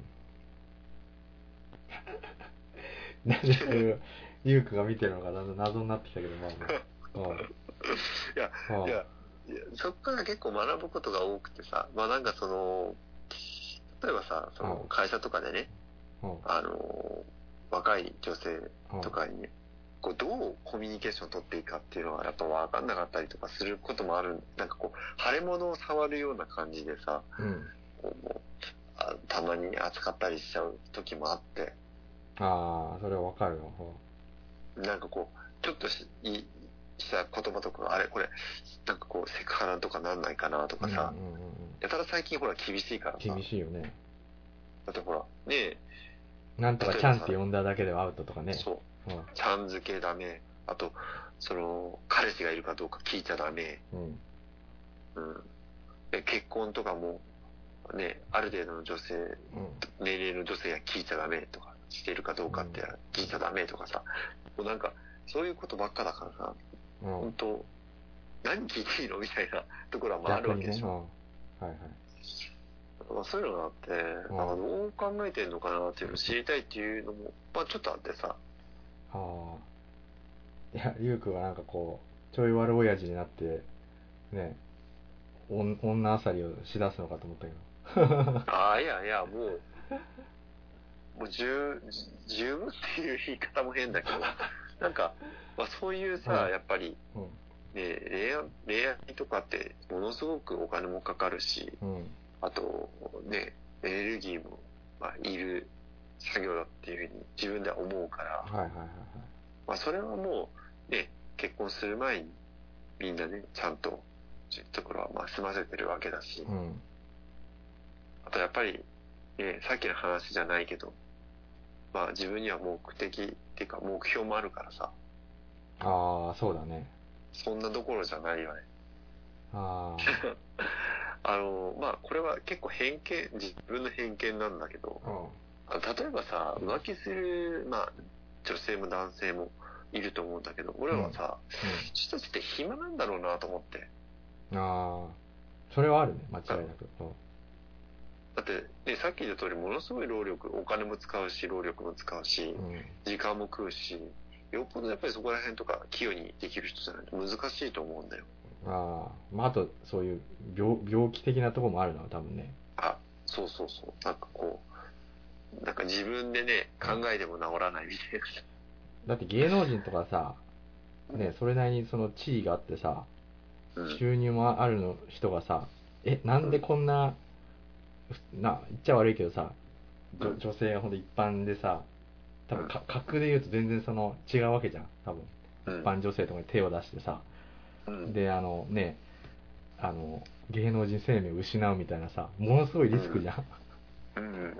[SPEAKER 2] なんでそれをユウクが見てるのか謎になってきたけど、まあね。
[SPEAKER 3] いやいやいやそこから結構学ぶことが多くてさ、まあなんかその例えばさ、その会社とかでね、あの若い女性とかにね、こうどうコミュニケーションを取っていいかっていうのはやっぱ分かんなかったりとかすることもある。なんかこう腫れ物を触るような感じでさ、うん、こうもうあたまに扱ったりしちゃう時もあって。
[SPEAKER 2] ああ、それは分かるよ。
[SPEAKER 3] なんかこうちょっとしいした言葉とかあれこれなんかこうセクハラとかなんないかなとかさ、うんうんうん、やたら最近ほら厳しいからさ。
[SPEAKER 2] 厳しいよね。
[SPEAKER 3] だってほらねえ、
[SPEAKER 2] なんとかちゃんって呼んだだけではアウトとかね。
[SPEAKER 3] そう。うん、ちゃん付けダメ。あとその彼氏がいるかどうか聞いちゃダメ。うんうん、で結婚とかもね、ある程度の女性、うん、年齢の女性が聞いちゃダメとかしてるかどうかって聞いちゃダメとかさ、もうなんかそういうことばっかだからさ、うん、本当何聞いていいのみたいなところはあるわけでしょ。ね、うん、はいはい。まあ、そういうのがあって、うん、なんかどう考えてんのかなっていうのを知りたいっていうのも、まあ、ちょっとあってさ。
[SPEAKER 2] はあ。いや、ゆうくんはなんかこう、ちょい悪親父になって、ね、お女あさりをしだすのかと思ったけ
[SPEAKER 3] ど。ああ、いやいや、もう、もう十、十分っていう言い方も変だけど、なんか、まあ、そういうさ、はい、やっぱり、うん、ね、恋愛、恋愛とかってものすごくお金もかかるし、うん、あとね、エネルギーも、まあ、いる作業だっていうふうに自分では思うから、はいはいはいはい、まあ、それはもうね、結婚する前にみんなね、ちゃんとそういうところはまあ済ませてるわけだし、うん、あとやっぱり、ね、さっきの話じゃないけど、まあ自分には目的っていうか目標もあるからさ。
[SPEAKER 2] ああ、そうだね。
[SPEAKER 3] そんなどころじゃないよね。ああのまあこれは結構偏見、自分の偏見なんだけど、うん、例えばさ、浮気する、まあ、女性も男性もいると思うんだけど、俺はさ、うんうん、人たちって暇なんだろうなと思って。
[SPEAKER 2] ああ、それはあるね、間違いなく。
[SPEAKER 3] だって、ね、さっき言った通りものすごい労力、お金も使うし、労力も使うし、うん、時間も食うし、よっぽどやっぱりそこら辺とか器用にできる人じゃないと難しいと思うんだよ。
[SPEAKER 2] ああ、まああとそういう 病, 病気的なところもあるのは多分ね。
[SPEAKER 3] あ、そうそうそう。なんかこう、なんか自分でね、考えても治らないみたいな。
[SPEAKER 2] だって芸能人とかさ、ね、それなりにその地位があってさ、うん、収入もあるの人がさ、え、なんでこんな、うん、な、言っちゃ悪いけどさ、うん、女性がほんと一般でさ、多分か、格で言うと全然その違うわけじゃん、多分。一般女性とかに手を出してさ、うん、で、あのね、あの、芸能人生命を失うみたいなさ、ものすごいリスクじゃん。うん、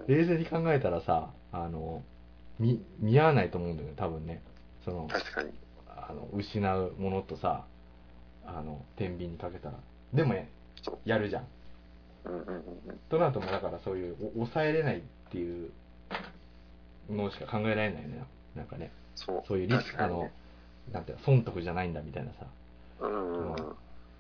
[SPEAKER 2] 冷静に考えたらさ、あの、見、見合わないと思うんだよね、多分ね。その、
[SPEAKER 3] 確かに。
[SPEAKER 2] あの、失うものとさ、 天秤にかけたら。でもね、やるじゃん。
[SPEAKER 3] うんうんうんうん。
[SPEAKER 2] となるともだからそういう抑えれないっていうのしか考えられないよね。なんかね。
[SPEAKER 3] そう。
[SPEAKER 2] そういうリスク、ね、あの、なんていうの、損得じゃないんだみたいなさ。
[SPEAKER 3] うんうんうん。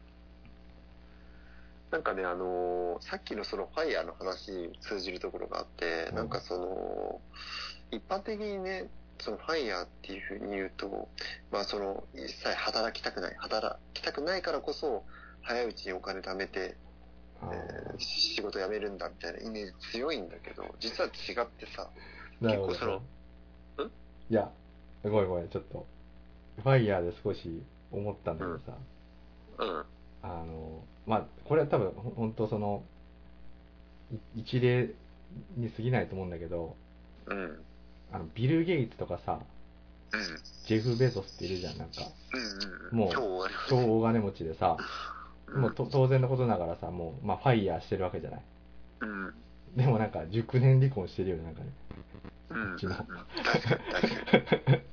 [SPEAKER 3] なんかね、あのー、さっきのそのファイヤーの話に通じるところがあって、うん、なんかその、一般的にね、そのファイヤーっていうふうに言うと、まあその、一切働きたくない、働きたくないからこそ、早いうちにお金貯めて、えー、仕事辞めるんだみたいなイメージ強いんだけど、実は違ってさ、結構その、ん
[SPEAKER 2] いや、ごめんごめん、ちょっと、ファイヤーで少し思ったんだけどさ、
[SPEAKER 3] うん。うん、
[SPEAKER 2] あの、まあ、これは多分、本当その、一例に過ぎないと思うんだけど、
[SPEAKER 3] うん。
[SPEAKER 2] あの、ビル・ゲイツとかさ、
[SPEAKER 3] うん、
[SPEAKER 2] ジェフ・ベゾスっているじゃん、なんか。
[SPEAKER 3] うんうん、
[SPEAKER 2] もう、超大金持ちでさ、うん、もうと当然のことながらさ、もう、まあ、ファイヤーしてるわけじゃない。
[SPEAKER 3] うん。
[SPEAKER 2] でもなんか、熟年離婚してるよね、なんかね。
[SPEAKER 3] うん。
[SPEAKER 2] うちの。
[SPEAKER 3] 確かに、確かに。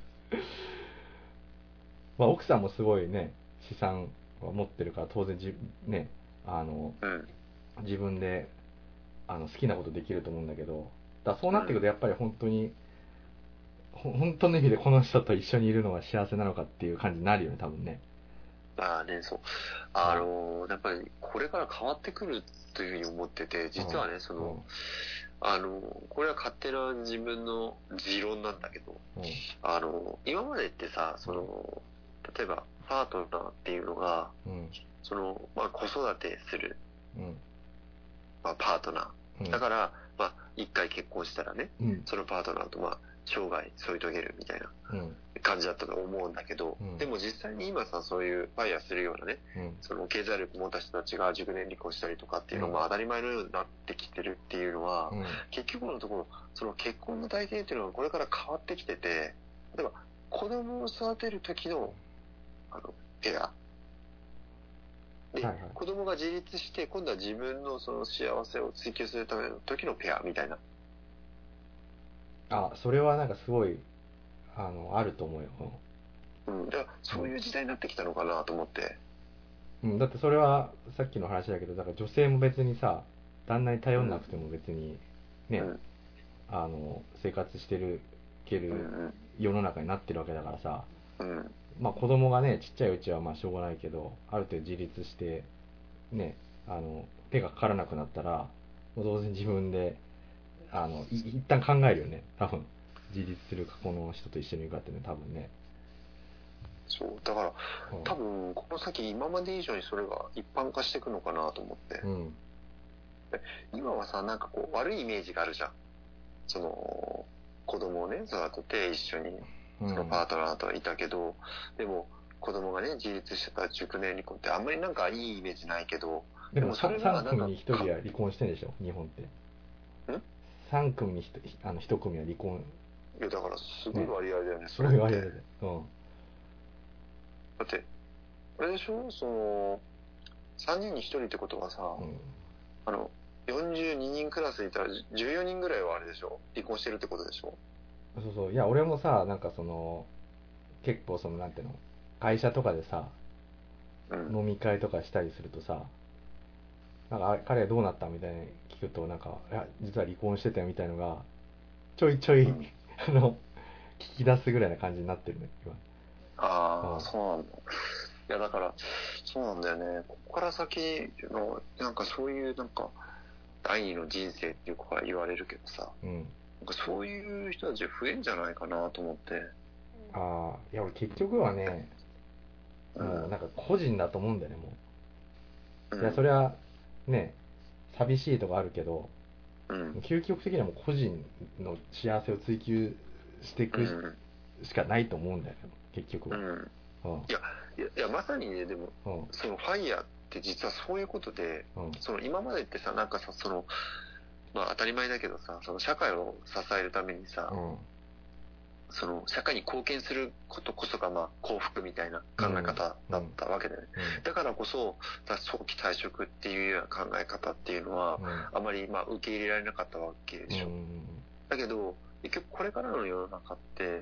[SPEAKER 2] まあ、奥さんもすごいね、資産は持ってるから、当然じ、ね、あの、
[SPEAKER 3] うん、
[SPEAKER 2] 自分で、あの、好きなことできると思うんだけど、だそうなってくると、やっぱり本当に、うん、本当の意味でこの人と一緒にいるのが幸せなのかっていう感じになるよね、多分ね。
[SPEAKER 3] まあね、そう。あの、やっぱりこれから変わってくるというふうに思ってて、実はね、その、あの、これは勝手な自分の持論なんだけど、あの、今までってさ、その、例えばパートナーっていうのが、その、まあ子育てする、まあパートナー。だから、まあ一回結婚したらね、そのパートナーとまあ生涯添い遂げるみたいな感じだったと思うんだけど、うん、でも実際に今さ、そういうファイヤーするようなね、うん、その経済力持った人たちが熟年離婚したりとかっていうのが当たり前のようになってきてるっていうのは、うん、結局のところ、その結婚の体験っていうのがこれから変わってきてて、例えば子供を育てる時の、あの、ペア。で、はいはい、子供が自立して、今度は自分のその幸せを追求するための時のペアみたいな。
[SPEAKER 2] あ、それはなんかすごい、あの、あると思うよ。
[SPEAKER 3] うん。だからそういう時代になってきたのかなと思って。
[SPEAKER 2] うん、だってそれはさっきの話だけど、だから女性も別にさ、旦那に頼んなくても別にね、うん、あの、生活してる、ける世の中になってるわけだからさ、うん、まあ子供がね、ちっちゃいうちはまあしょうがないけど、ある程度自立して、ね、あの、手がかからなくなったら、もう当然自分で、あの、い一旦考えるよね、多分。自立するか、この人と一緒にいるかってね、多分ね。そう、だから、うん、多分、この先今まで以上にそれが一般化していくのかなと思って。うん、今はさ、なんかこう、悪いイメージがあるじゃん。その、子供をね、育てて一緒に、そのパートナーといたけど、うん、でも、子供がね、自立してた熟年離婚ってあんまりなんかいいイメージないけど、でもそれがなんかさん組にひとりは離婚してるでしょ、日本って。ん ?さん 組にひとり、あのいち組は離婚。いや、だからすごい割合だよね、ね、すごい割合だよ。うん。だって、あれでしょ、その、さんにんにひとりってことはさ、うん、あの、よんじゅうににんクラスいたらじゅうよにんぐらいはあれでしょ、離婚してるってことでしょ。そうそう。いや、俺もさ、なんかその、結構その、なんていうの、会社とかでさ、うん、飲み会とかしたりするとさ、なんか、彼はどうなったみたいに聞くと、なんか、いや、実は離婚してたよみたいのが、ちょいちょい、うん、あの、聞き出すぐらいな感じになってるね、今。ああ、そうなんだ。いや、だから、そうなんだよね。ここから先の、なんかそういう、なんか、第二の人生っていう子が言われるけどさ、うん、なんかそういう人たち増えんじゃないかなと思って。ああ、いや、俺結局はね、うん、もうなんか個人だと思うんだよね、もう。うん、いや、それは、ね、寂しいとかあるけど、うん、究極的にはもう個人の幸せを追求していくしかないと思うんだよね、結局は。うんうん、いやいや、いやまさにね、でも、うん、そのファイヤーって実はそういうことで、うん、その今までってさ、なんかさ、その、まあ当たり前だけどさ、その社会を支えるためにさ、うん、その社会に貢献することこそがまあ幸福みたいな考え方だったわけだよね、うんうん、だからこそ早期退職っていうような考え方っていうのは、うん、あまりまあ受け入れられなかったわけでしょ、うん、だけど
[SPEAKER 3] 結局これからの世の中って、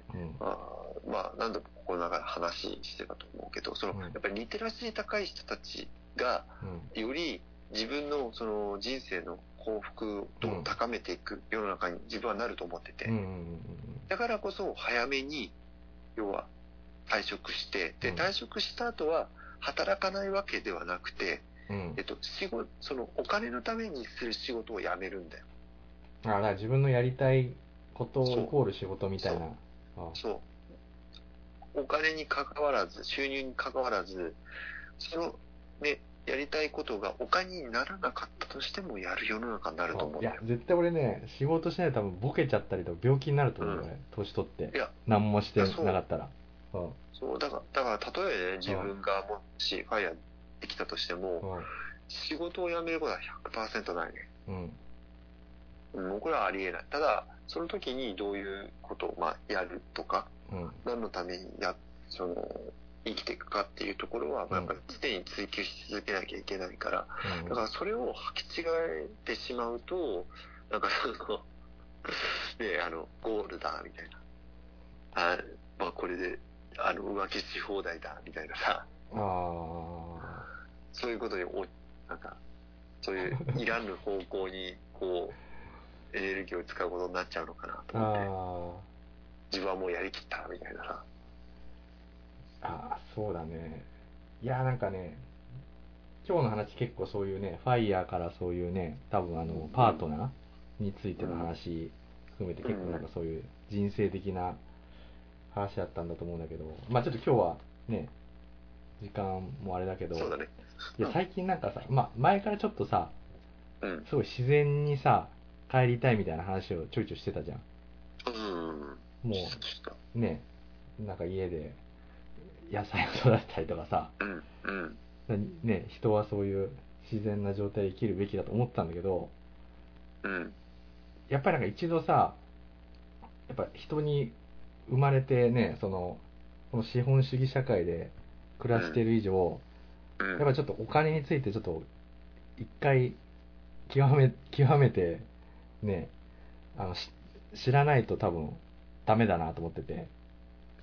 [SPEAKER 3] うん、まあ、まあ、何度もここの中で話してたと思うけど、その、うん、やっぱりリテラシー高い人たちが、より自分のその人生の幸福度を高めていく世の中に自分はなると思ってて、うん、だからこそ早めに、要は退職して、で、退職した後は働かないわけではなくて、うん、えっと、仕事、そのお金のためにする仕事を辞めるんだよ。
[SPEAKER 2] ああ、だから自分のやりたいことイコール仕事みたいな。
[SPEAKER 3] そう。そう。お金に関わらず、収入に関わらず、そのね、やりたいことがお金にならなかったとしてもやる世の中になると思うんだよ。
[SPEAKER 2] いや、絶対俺ね、仕事しないと多分ボケちゃったりとか病気になると思うよね、うん、年取って。いや、何もしてなかったら。
[SPEAKER 3] そう、うん、そうだから、だから例えね、自分がもしファイヤーできたとしても、うん、仕事を辞めることは ひゃくパーセント ないね。うん。もうこれはありえない。ただ、その時にどういうことを、まあ、やるとか、うん、何のためにや、その、生きていくかっていうところは、やっぱり常に追求し続けなきゃいけないから、うん、だからそれを履き違えてしまうと、なんかその、ね、あの、ゴールだ、みたいな。あ、まあこれで、あの、浮気し放題だ、みたいなさ。あそういうことにお、なんか、そういういらぬ方向に、こう、エネルギーを使うことになっちゃうのかなと思って。自分はもうやりきった、みたいなさ。
[SPEAKER 2] ああ、そうだね。いや、なんかね、今日の話結構そういうね、ファイヤーからそういうね、多分あの、パートナーについての話含めて結構なんかそういう人生的な話だったんだと思うんだけど、まあちょっと今日はね、時間もあれだけど、
[SPEAKER 3] そうだね。
[SPEAKER 2] いや最近なんかさ、まあ前からちょっとさ、すごい自然にさ、帰りたいみたいな話をちょいちょいしてたじゃん。うん。もう、ね、なんか家で、野菜を育てたりとかさ、うんうん、ね、人はそういう自然な状態で生きるべきだと思ってたんだけど、うん、やっぱりなんか一度さ、やっぱ人に生まれてね、そのこの資本主義社会で暮らしている以上、うん、やっぱちょっとお金についてちょっと一回極め極めてね、あの知らないと多分ダメだなと思ってて、うん、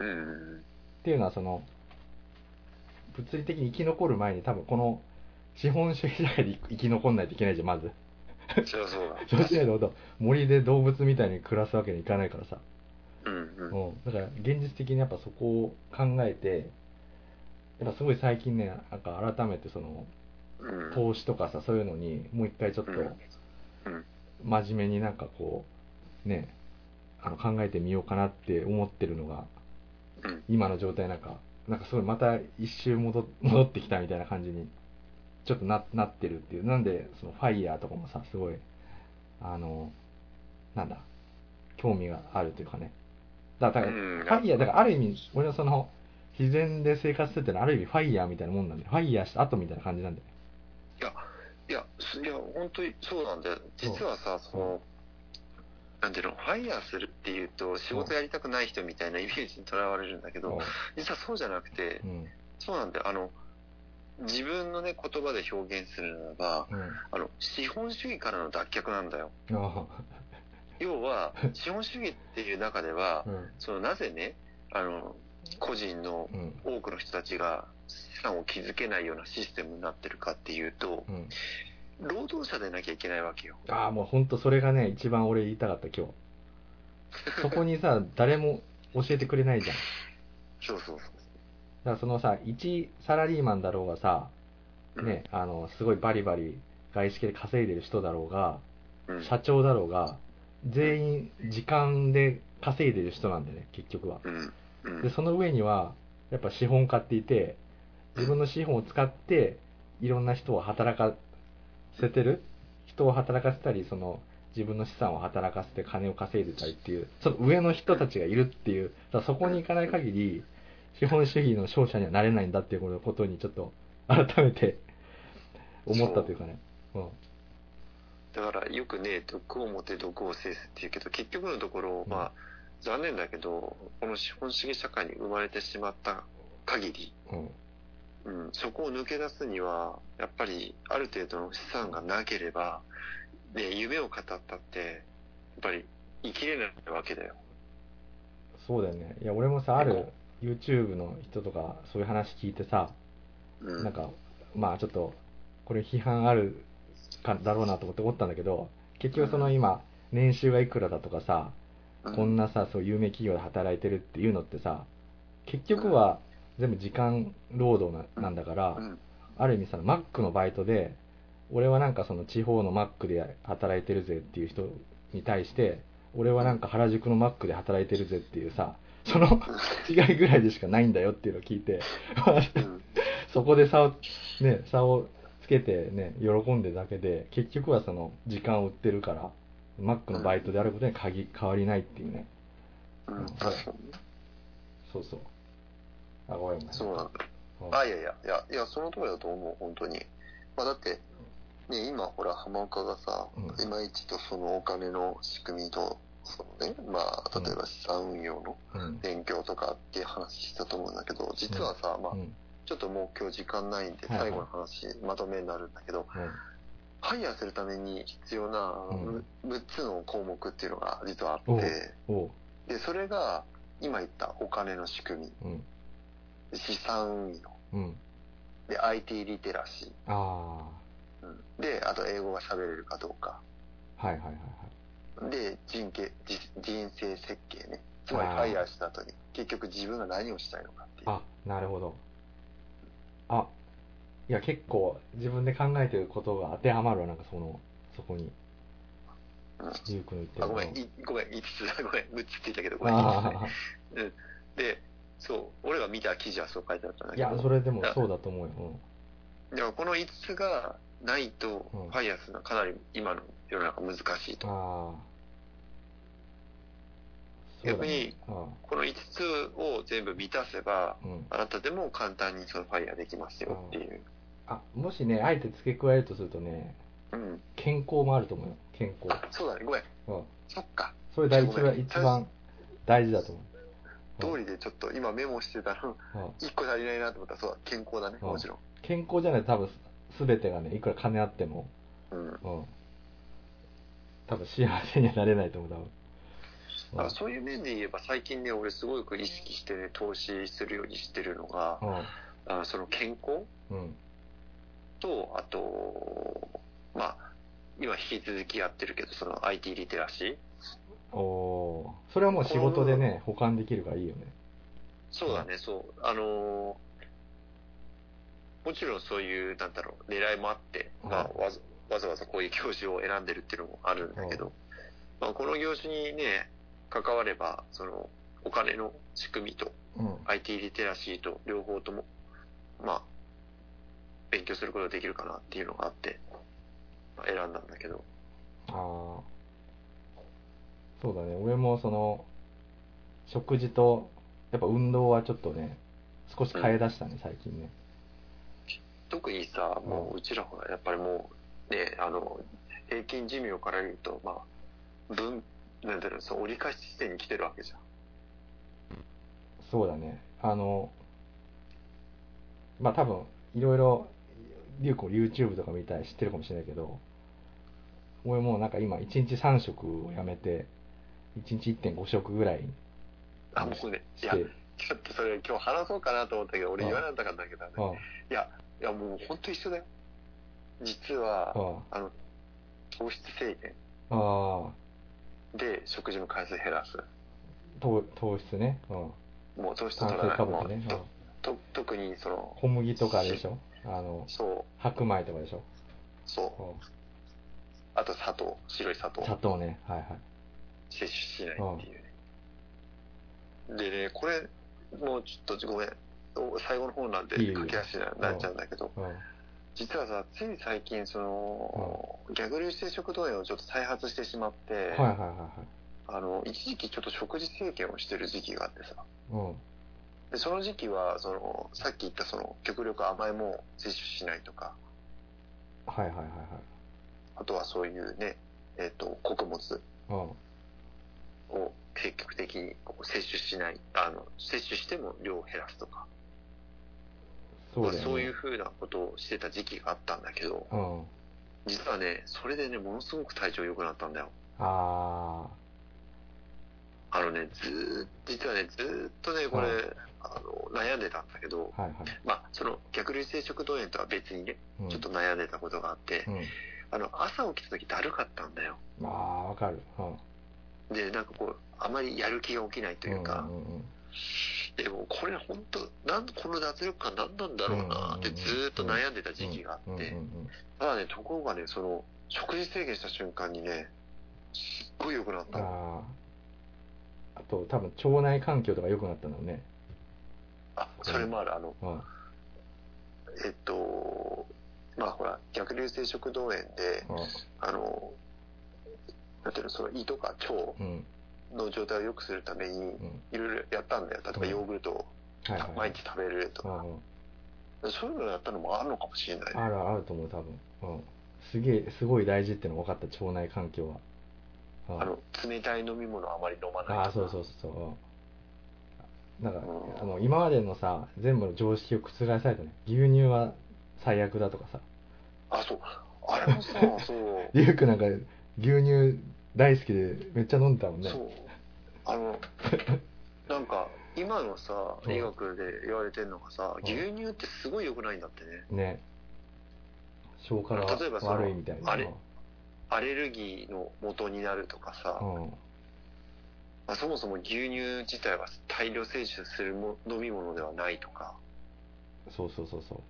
[SPEAKER 2] っていうのはその物理的に生き残る前に多分この資本主義社会で生き残んないといけないじゃん、まず。
[SPEAKER 3] そりゃそうだ。
[SPEAKER 2] そうしないと森で動物みたいに暮らすわけにいかないからさ。うんうん。うん、だから現実的にやっぱそこを考えて、やっぱすごい最近ね、なんか改めてその、うん、投資とかさ、そういうのにもう一回ちょっと、真面目になんかこう、ね、あの考えてみようかなって思ってるのが、うん、今の状態なんか、なんかすごいまた一周戻戻ってきたみたいな感じにちょっと な, なってるっていう。なんでそのファイヤーとかもさ、すごいあのなんだ興味があるというかね。だから、ファイヤーだからある意味俺はその自然で生活するってのはある意味ファイヤーみたいなもんなんで、ファイヤーした後みたいな感じなんだよ。
[SPEAKER 3] いやいやいや本当にそうなんだよ。実はさ、そのなんていうの、ファイヤーするっていうと仕事やりたくない人みたいなイメージにとらわれるんだけど、実はそうじゃなくて、うん、そうなんだよ。あの自分のね言葉で表現するならば、うん、あの資本主義からの脱却なんだよ。要は資本主義っていう中では、うん、そのなぜね、あの個人の多くの人たちが資産を築けないようなシステムになってるかっていうと、うん、労働者でなきゃいけないわけよ。
[SPEAKER 2] ああ、もう本当それがね、一番俺言いたかった今日。そこにさ、誰も教えてくれないじゃん。
[SPEAKER 3] そうそうそう。だ
[SPEAKER 2] からそのさ、一サラリーマンだろうがさ、ね、うん、あの、すごいバリバリ外資系で稼いでる人だろうが、うん、社長だろうが、全員時間で稼いでる人なんだよね、結局は。うんうん、で、その上には、やっぱ資本家っていて、自分の資本を使って、いろんな人を働かせてる、人を働かせたり、その自分の資産を働かせて金を稼いでたりっていう、その上の人たちがいるっていう、だそこに行かない限り資本主義の勝者にはなれないんだっていうことにちょっと改めて思ったというかね。うん、
[SPEAKER 3] だからよくね、毒をもて毒を制すっていうけど、結局のところ、うん、まあ残念だけど、この資本主義社会に生まれてしまった限り、うんうん、そこを抜け出すにはやっぱりある程度の資産がなければ、ね、夢を語ったってやっぱり生きれないわけだよ。
[SPEAKER 2] そうだよね。いや俺もさ、ある YouTube の人とかそういう話聞いてさ、うん、なんかまあちょっとこれ批判あるかだろうなと思って思ったんだけど、結局その今年収がいくらだとかさ、うん、こんなさそう有名企業で働いてるっていうのってさ、結局は全部時間労働 な, なんだから、うん、ある意味さ、マックのバイトで俺はなんかその地方のマックで働いてるぜっていう人に対して、俺はなんか原宿のマックで働いてるぜっていうさ、その違いぐらいでしかないんだよっていうのを聞いてそこで差をね差をつけてね喜んでるだけで、結局はその時間を売ってるからマックのバイトであることに限変わりないっていうね。
[SPEAKER 3] うん、うん、確かに。
[SPEAKER 2] そうそう。あ、ごめんね。
[SPEAKER 3] そうなんだ。あ、いやいやいやいや、その通りだと思う、本当に。まあだってね、今ほら浜岡がさ、うん、いまいちとそのお金の仕組みとそのね、まあ例えば資産運用の勉強とかっていう話したと思うんだけど、実はさ、まあちょっともう今日時間ないんで最後の話、まとめになるんだけど、ハイヤーするために必要なむっつの項目っていうのが実はあって、でそれが今言ったお金の仕組み、資産運用、で アイティー リテラシー、あで、あと英語が喋れるかどうか。
[SPEAKER 2] はいはいはいはい。
[SPEAKER 3] で、人形、人生設計ね。つまりファイヤーした後に、結局自分が何をしたいのかっていう。
[SPEAKER 2] あ、なるほど。あ、いや結構自分で考えてることが当てはまるわ、なんかその、そこに。
[SPEAKER 3] うん。ゆうくん言ってる。あ、ごめん、いごめん、いつつ、ごめん、むっつって言ったけど、ごめん、いつつね。うん。で、そう、俺が見た記事はそう書いてあったんだけど。
[SPEAKER 2] いや、それでもそうだと思うよ。
[SPEAKER 3] うん、でもこのいつつが、ないと、ファイヤーするのはかなり今の世の中難しいと。ああ、逆に、このいつつを全部満たせば、うん、あなたでも簡単にそのファイヤーできますよっていう。
[SPEAKER 2] あ、もしね、あえて付け加えるとするとね、うん、健康もあると思うよ。健康。
[SPEAKER 3] あ、そうだね、ごめん。うん、そっか。
[SPEAKER 2] それ大事は一番大事だと思う。
[SPEAKER 3] 通りでちょっと今メモしてたの、いっこ足りないなと思ったら、そうだ、健康だね、もちろん。
[SPEAKER 2] 健康じゃないと多分、全てがね、いくら金あっても、うん、うん、多分幸せにはなれないと思う、多分。
[SPEAKER 3] だからそういう面で言えば最近ね、俺すごく意識してね、投資するようにしてるのが、うん、あその健康、うん、と、あと、まあ、今引き続きやってるけど、その アイティー リテラシー。
[SPEAKER 2] おー、それはもう仕事でね、補完できるからいいよね。
[SPEAKER 3] そうだね、うん、そう。あのー、もちろんそういう、なんだろう、狙いもあって、まあ、わざわざわざこういう業種を選んでるっていうのもあるんだけど、まあ、この業種にね、関われば、その、お金の仕組みと、うん、アイティー リテラシーと両方とも、まあ、勉強することができるかなっていうのがあって、まあ、選んだんだけど。ああ。
[SPEAKER 2] そうだね、俺もその、食事と、やっぱ運動はちょっとね、少し変え出したね、うん、最近ね。
[SPEAKER 3] 特にさ、もううちらほら、やっぱりもう、ね、あの、平均寿命から言うと、まあ、分、なんだろう、そう、折り返し地点に来てるわけじゃん。
[SPEAKER 2] そうだね。あの、まあ多分、いろいろ、リュウコ YouTube とか見たり知ってるかもしれないけど、俺もうなんか今、いちにちさん食をやめて、いちにちいってんご食ぐらいに
[SPEAKER 3] あ、もうね、いや、ちょっとそれ今日話そうかなと思ったけど、俺言わなかったんだけどね。いや、いやもう本当一緒だよ。実は、あの、糖質制限。あで、食事の回数減らす。
[SPEAKER 2] 糖糖質ね。うん、
[SPEAKER 3] もう糖質取らない。もうね、とと特にその。
[SPEAKER 2] 小麦とかでしょ、あの、そう。白米とかでしょ、
[SPEAKER 3] そう。あと砂糖、白い砂糖。
[SPEAKER 2] 砂糖ね、はいはい。
[SPEAKER 3] 摂取しないっていうね。でね、これ、もうちょっとごめん、最後の方なんで駆け足になっちゃうんだけど、うんうん、実はさ、つい最近、その、うん、逆流性食道炎をちょっと再発してしまって、はいはいはいはい、あの、一時期ちょっと食事制限をしてる時期があってさ、うん、でその時期は、その、さっき言ったその、極力甘いものを摂取しないとか、はいはいはいはい。あとはそういうね、えっと、穀物を積極的にこう摂取しない、あの、摂取しても量を減らすとか、そうだよね、そういうふうなことをしてた時期があったんだけど、うん、実はね、それでね、ものすごく体調良くなったんだよ。ああのね、ずー実はね、ずーっとね、これ、はい、あの悩んでたんだけど、はいはい、まあ、その逆流性食道炎とは別にね、うん、ちょっと悩んでたことがあって、うん、あの朝起きた時だるかったんだよ。
[SPEAKER 2] ああ、わかる、
[SPEAKER 3] うん。で、なんかこう、あまりやる気が起きないというか、うんうんうん、でもこれ本当、なんこの脱力感何なんだろうなってずーっと悩んでた時期があって、ただね、ところがね、その、食事制限した瞬間にね、すっごい良くなったの。
[SPEAKER 2] ああと多分腸内環境とか良くなったんだろうね。
[SPEAKER 3] あ、それもある。あの、うん、えっと、まあほら、逆流性食道炎で、うん、あの、なんていうの、その胃とか腸の状態を良くするために、いろいろやったんだよ。例えばヨーグルトを毎日食べるとか。そういうのやったのもあるのかもしれない、ね。
[SPEAKER 2] あるあると思う、多分。うん。すげえ、すごい大事っていうのが分かった、腸内環境は。
[SPEAKER 3] あの、冷たい飲み物あまり飲まないとか。
[SPEAKER 2] ああ、そうそうそう。うん、なんか、うん、あの、今までのさ、全部の常識を覆されたね。牛乳は最悪だとかさ。
[SPEAKER 3] あ、そう。あれもさ、そう。
[SPEAKER 2] リュウクなんか牛乳大好きでめっちゃ飲んでたもんね。
[SPEAKER 3] そう。あの、なんか、今のさ、医学で言われてるのがさ、牛乳ってすごい良くないんだってね。
[SPEAKER 2] ね。消化が悪いみたいな。
[SPEAKER 3] あれ、アレルギーの元になるとかさ、うん、まあ、そもそも牛乳自体は大量摂取するも飲み物ではないとか。
[SPEAKER 2] そうそうそうそう。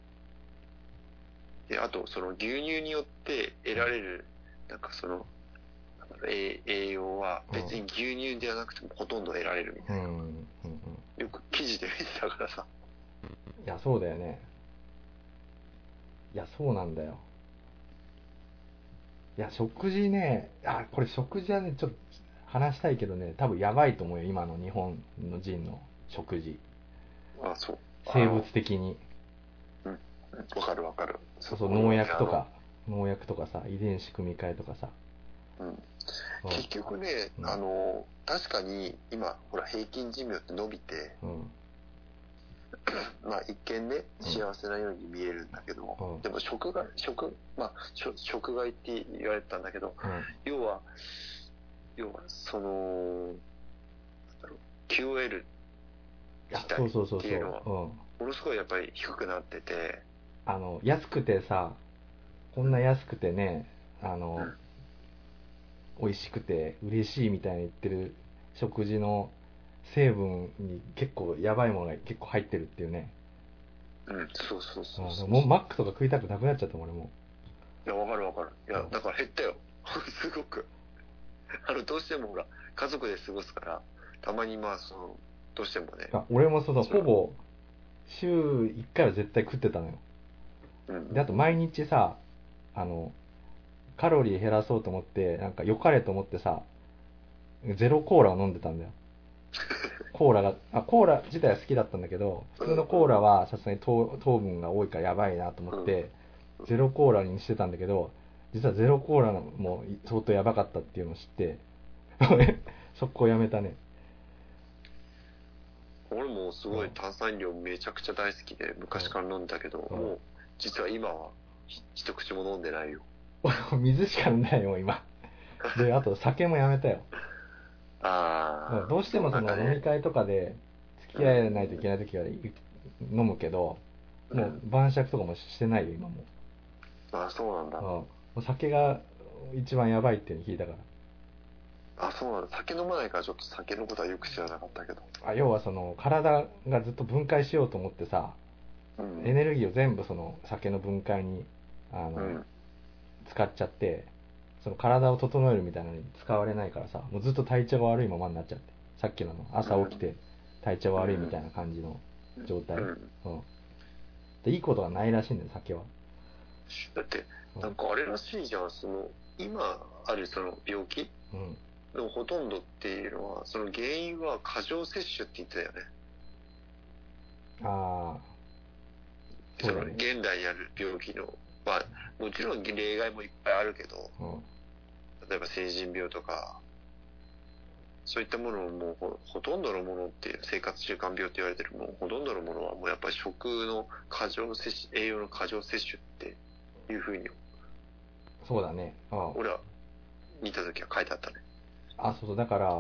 [SPEAKER 3] で、あと、その牛乳によって得られる、なんかその、栄養は別に牛乳ではなくてもほとんど得られるみたいな。うんうんうん、よく記事で見てたからさ。
[SPEAKER 2] いや、そうだよね。いや、そうなんだよ。いや、食事ね、あ、これ食事はね、ちょっと話したいけどね、多分やばいと思うよ、今の日本の人の食事。
[SPEAKER 3] あ、そう。
[SPEAKER 2] 生物的に。
[SPEAKER 3] うん、わかるわかる。
[SPEAKER 2] そうそう、農薬とか、農薬とかさ、遺伝子組み換えとかさ。
[SPEAKER 3] うん。結局ね、うん、あの、確かに今、ほら、平均寿命って伸びて、うん、まあ一見ね、幸せなように見えるんだけど、うん、でも食害、食、まあ、食害って言われてたんだけど、うん、要は、要は、その、なんだろう、キューオーエル 自体っていうのは、ものすごいやっぱり低くなってて、
[SPEAKER 2] あの、安くてさ、こんな安くてね、あの、うん、美味しくて嬉しいみたいに言ってる食事の成分に結構やばいものが結構入ってるっていうね。
[SPEAKER 3] うん、そうそうそうそう。
[SPEAKER 2] もうマックとか食いたくなくなっちゃったもん、俺も。
[SPEAKER 3] いや、わかるわかる。いや、だから減ったよ。すごく。あの、どうしてもほら、家族で過ごすから、たまにまあ、その、どうしてもね。
[SPEAKER 2] あ、俺もその、ほぼ、週いっかいは絶対食ってたのよ。うん。で、あと毎日さ、あの、カロリー減らそうと思って、なんか良かれと思ってさ、ゼロコーラを飲んでたんだよ。コーラが、あ、コーラ自体は好きだったんだけど、普通のコーラはさすがに糖糖分が多いからやばいなと思って、ゼロコーラにしてたんだけど、実はゼロコーラのも相当やばかったっていうのを知って、速攻やめたね。
[SPEAKER 3] 俺もすごい炭酸量めちゃくちゃ大好きで、昔から飲んだけど、もう実は今は一口も飲んでないよ。
[SPEAKER 2] 水しか飲んでないよ、今。で、あと酒もやめたよ。
[SPEAKER 3] ああ。
[SPEAKER 2] どうしてもその飲み会とかで付き合えないといけない時は飲むけど、もう晩酌とかもしてないよ、今も。
[SPEAKER 3] ああ、そうなんだ。
[SPEAKER 2] うん。酒が一番やばいっていうの聞いたから。
[SPEAKER 3] あ、そうなんだ。酒飲まないからちょっと酒のことはよく知らなかったけど。
[SPEAKER 2] あ、要はその体がずっと分解しようと思ってさ、うん、エネルギーを全部その酒の分解にあの、うん、使っちゃって、その体を整えるみたいなのに使われないからさ、もうずっと体調が悪いままになっちゃって、さっきの朝起きて体調悪いみたいな感じの状態、うんうん、でいいことがないらしいんだよ、酒は。
[SPEAKER 3] だってなんかあれらしいじゃん、その今あるその病気のほとんどっていうのは、その原因は過剰摂取って言ってたよね。
[SPEAKER 2] ああ、
[SPEAKER 3] そうだね。その現代にある病気の、まあもちろん例外もいっぱいあるけど、うん、例えば成人病とか、そういったものをもう ほ, ほとんどのものっていう生活習慣病って言われてるもうほとんどのものはもうやっぱり食の過剰摂取、栄養の過剰摂取っていうふうに。
[SPEAKER 2] そうだね。
[SPEAKER 3] ああ、俺は見た時は書いてあったね。
[SPEAKER 2] あ、そうそう、だから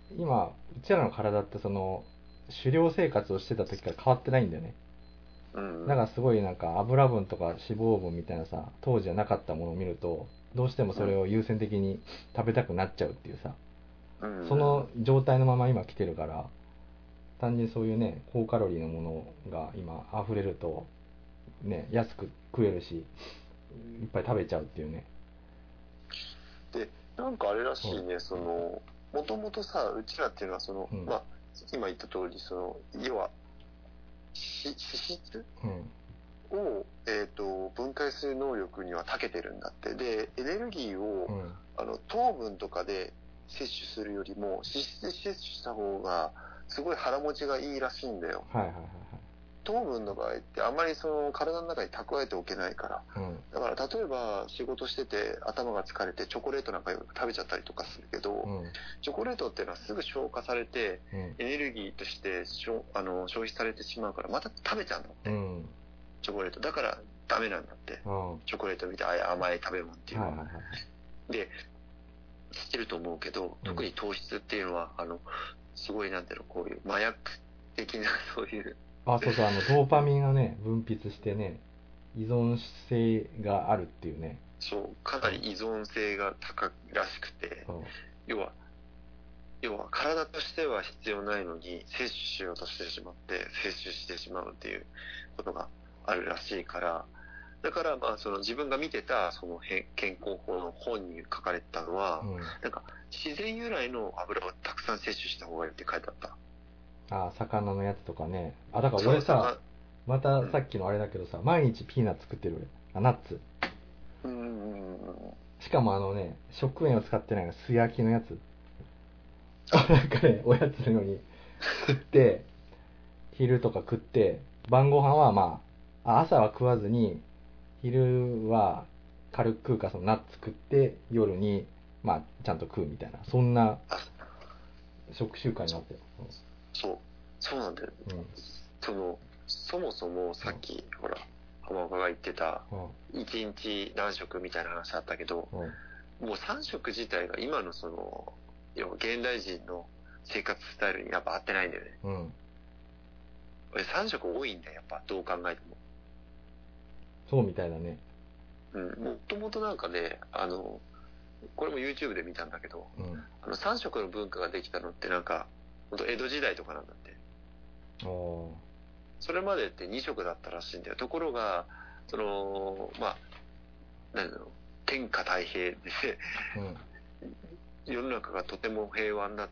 [SPEAKER 2] 今うちらの体ってその狩猟生活をしてた時から変わってないんだよね。うん、だからすごいなんか油分とか脂肪分みたいなさ、当時はなかったものを見るとどうしてもそれを優先的に食べたくなっちゃうっていうさ、うん、その状態のまま今来てるから、単純にそういうね高カロリーのものが今溢れるとね、安く食えるしいっぱい食べちゃうっていうね。
[SPEAKER 3] でなんかあれらしいね、うん、そのもともとさうちらっていうのはその、うん、まあ今言った通りその要は脂質、うん、を、えーと、分解する能力には長けてるんだって。でエネルギーを、うん、あの糖分とかで摂取するよりも脂質で摂取した方がすごい腹持ちがいいらしいんだよ。はいはいはいはい、糖分の場合ってあんまりその体の中に蓄えておけないから、うん、だから例えば仕事してて頭が疲れてチョコレートなんかよく食べちゃったりとかするけど、うん、チョコレートっていうのはすぐ消化されて、うん、エネルギーとしてしょあの消費されてしまうからまた食べちゃうんだって、うん、チョコレートだからダメなんだって、うん、チョコレートみたいな甘い食べ物っていうのは、はいはいはい、で知ってると思うけど特に糖質っていうのはあのすごいなんていうのこういう麻薬的なそういう
[SPEAKER 2] あ、そうそう、あのドーパミンがね分泌してね依存性があるっていうね。
[SPEAKER 3] そうかなり依存性が高いらしくて、うん、要は要は体としては必要ないのに摂取しようとしてしまって摂取してしまうっていうことがあるらしいから、だからまあその自分が見てたその健康法の本に書かれてたのは、うん、なんか自然由来の油をたくさん摂取した方がいいって書いてあった。
[SPEAKER 2] ああ、魚のやつとかね。あ、だから俺さ、またさっきのあれだけどさ、毎日ピーナッツ食ってる俺。あ、ナッツ。うん。しかもあのね、食塩を使ってないの素焼きのやつ。なんかね、おやつのように食って、昼とか食って、晩ご飯はまあ、朝は食わずに、昼は軽く食うか、そのナッツ食って、夜に、まあ、ちゃんと食うみたいな、そんな食習慣になってる。
[SPEAKER 3] そう、そうなんだよ、うん、そのそもそもさっき、うん、ほら浜岡が言ってたいちにち何食みたいな話あったけど、うん、もうさん食自体が今のその要は現代人の生活スタイルにやっぱ合ってないんだよね、うん、俺さん食多いんだよやっぱどう考えても。
[SPEAKER 2] そうみたいだね。
[SPEAKER 3] うん、もともとなんかねあのこれも YouTube で見たんだけど、うん、あのさん食の文化ができたのってなんか江戸時代とかなんだって。おそれまでってに食だったらしいんだよ。ところがそのまあ何だろう天下太平で、うん、世の中がとても平和になって、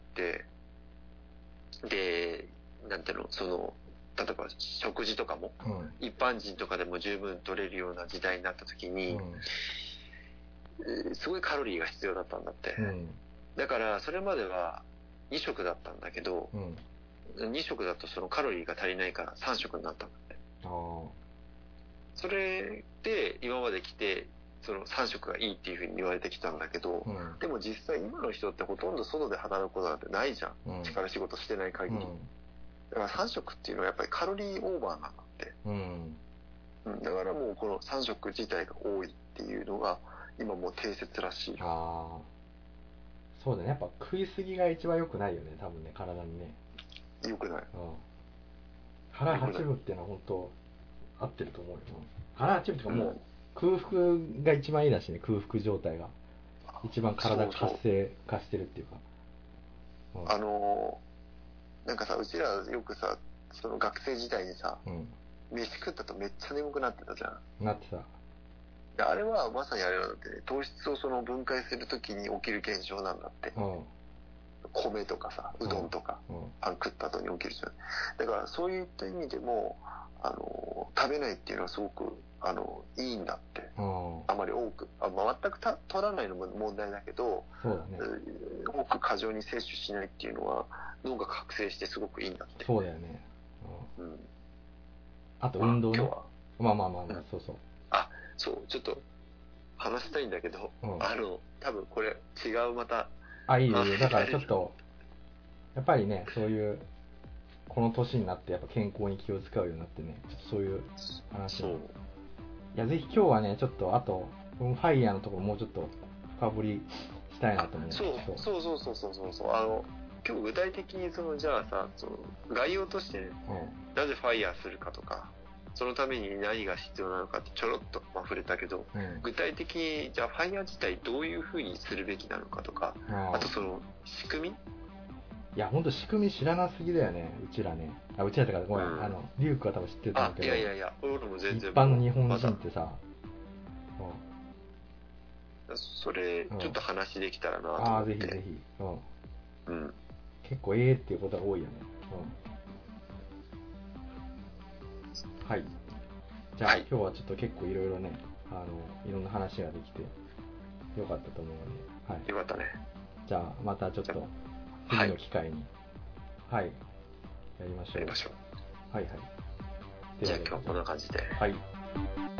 [SPEAKER 3] でなんていうのその例えば食事とかも、うん、一般人とかでも十分取れるような時代になった時に、うん、すごいカロリーが必要だったんだって、うん、だからそれまではに食だったんだけど、うん、に食だとそのカロリーが足りないからさん食になったんだって。あそれで今まで来てそのさん食がいいっていうふうに言われてきたんだけど、うん、でも実際今の人ってほとんど外で働くことなんてないじゃん、うん、力仕事してない限り、うん、だからさん食っていうのはやっぱりカロリーオーバーなんだって、うんうん、だからもうこのさん食自体が多いっていうのが今もう定説らしい。あ
[SPEAKER 2] そうだね、やっぱ食いすぎが一番良くないよね、多分ね、体にね。
[SPEAKER 3] 良くない。うん。
[SPEAKER 2] 腹八分っていうのは本当合ってると思うよ。腹八分っていうかもう空腹が一番いいらしいね、空腹状態が。一番体が活性化してるっていうか。
[SPEAKER 3] うん、あのー、なんかさ、うちらよくさ、その学生時代にさ、うん、飯食ったとめっちゃ眠くなってたじゃん。なってた。あれはまさにあれなんだって、ね、糖質をその分解するときに起きる現象なんだって、うん、米とかさうどんとか、うん、パン食った後に起きるじゃん。だからそういった意味でもあの食べないっていうのはすごくあのいいんだって、うん、あまり多くあ、まあ、全くた取らないのも問題だけどそうだ、ね、多く過剰に摂取しないっていうのは脳が覚醒してすごくいいんだって。
[SPEAKER 2] そうだよね、うんうん、あと運動ね、まあまあまあまあ、うん、そうそう
[SPEAKER 3] あそうちょっと話したいんだけど、うん、あの多分これ違うまた
[SPEAKER 2] あいいよいいよだからちょっとやっぱりねそういうこの年になってやっぱ健康に気を使うようになってねちょっとそういう話をいやぜひ今日はねちょっとあとファイヤーのところもうちょっと深掘りしたいなと思うんですけど
[SPEAKER 3] そうそうそうそうそうそうあの今日具体的にそのじゃあさ、その概要としてね、うん、なぜファイヤーするかとか、そのために何が必要なのかってちょろっと触れたけど、うん、具体的にじゃあファイヤー自体どういうふうにするべきなのかとか、あとその仕組み。
[SPEAKER 2] いや、ほんと仕組み知らなすぎだよね、うちらね。あ、うちらとかごめん、うん、あのリュウクは多分知ってると思うけど。
[SPEAKER 3] あ、いやいやいや、俺も全然。
[SPEAKER 2] 一般の日本人ってさ、
[SPEAKER 3] ま、それちょっと話できたらなと思って。ああ、
[SPEAKER 2] ぜひぜひ。うん。
[SPEAKER 3] うん。
[SPEAKER 2] 結構ええっていうことが多いよね。うん。はい。じゃあ、はい、今日はちょっと結構いろいろね、あのいろんな話ができてよかったと思うので、はい。
[SPEAKER 3] よかったね。
[SPEAKER 2] じゃあまたちょっと次の機会に、はい、はい、やりましょう。
[SPEAKER 3] やりましょう。
[SPEAKER 2] はいはい。
[SPEAKER 3] じゃあ今日はこんな感じで。
[SPEAKER 2] はい。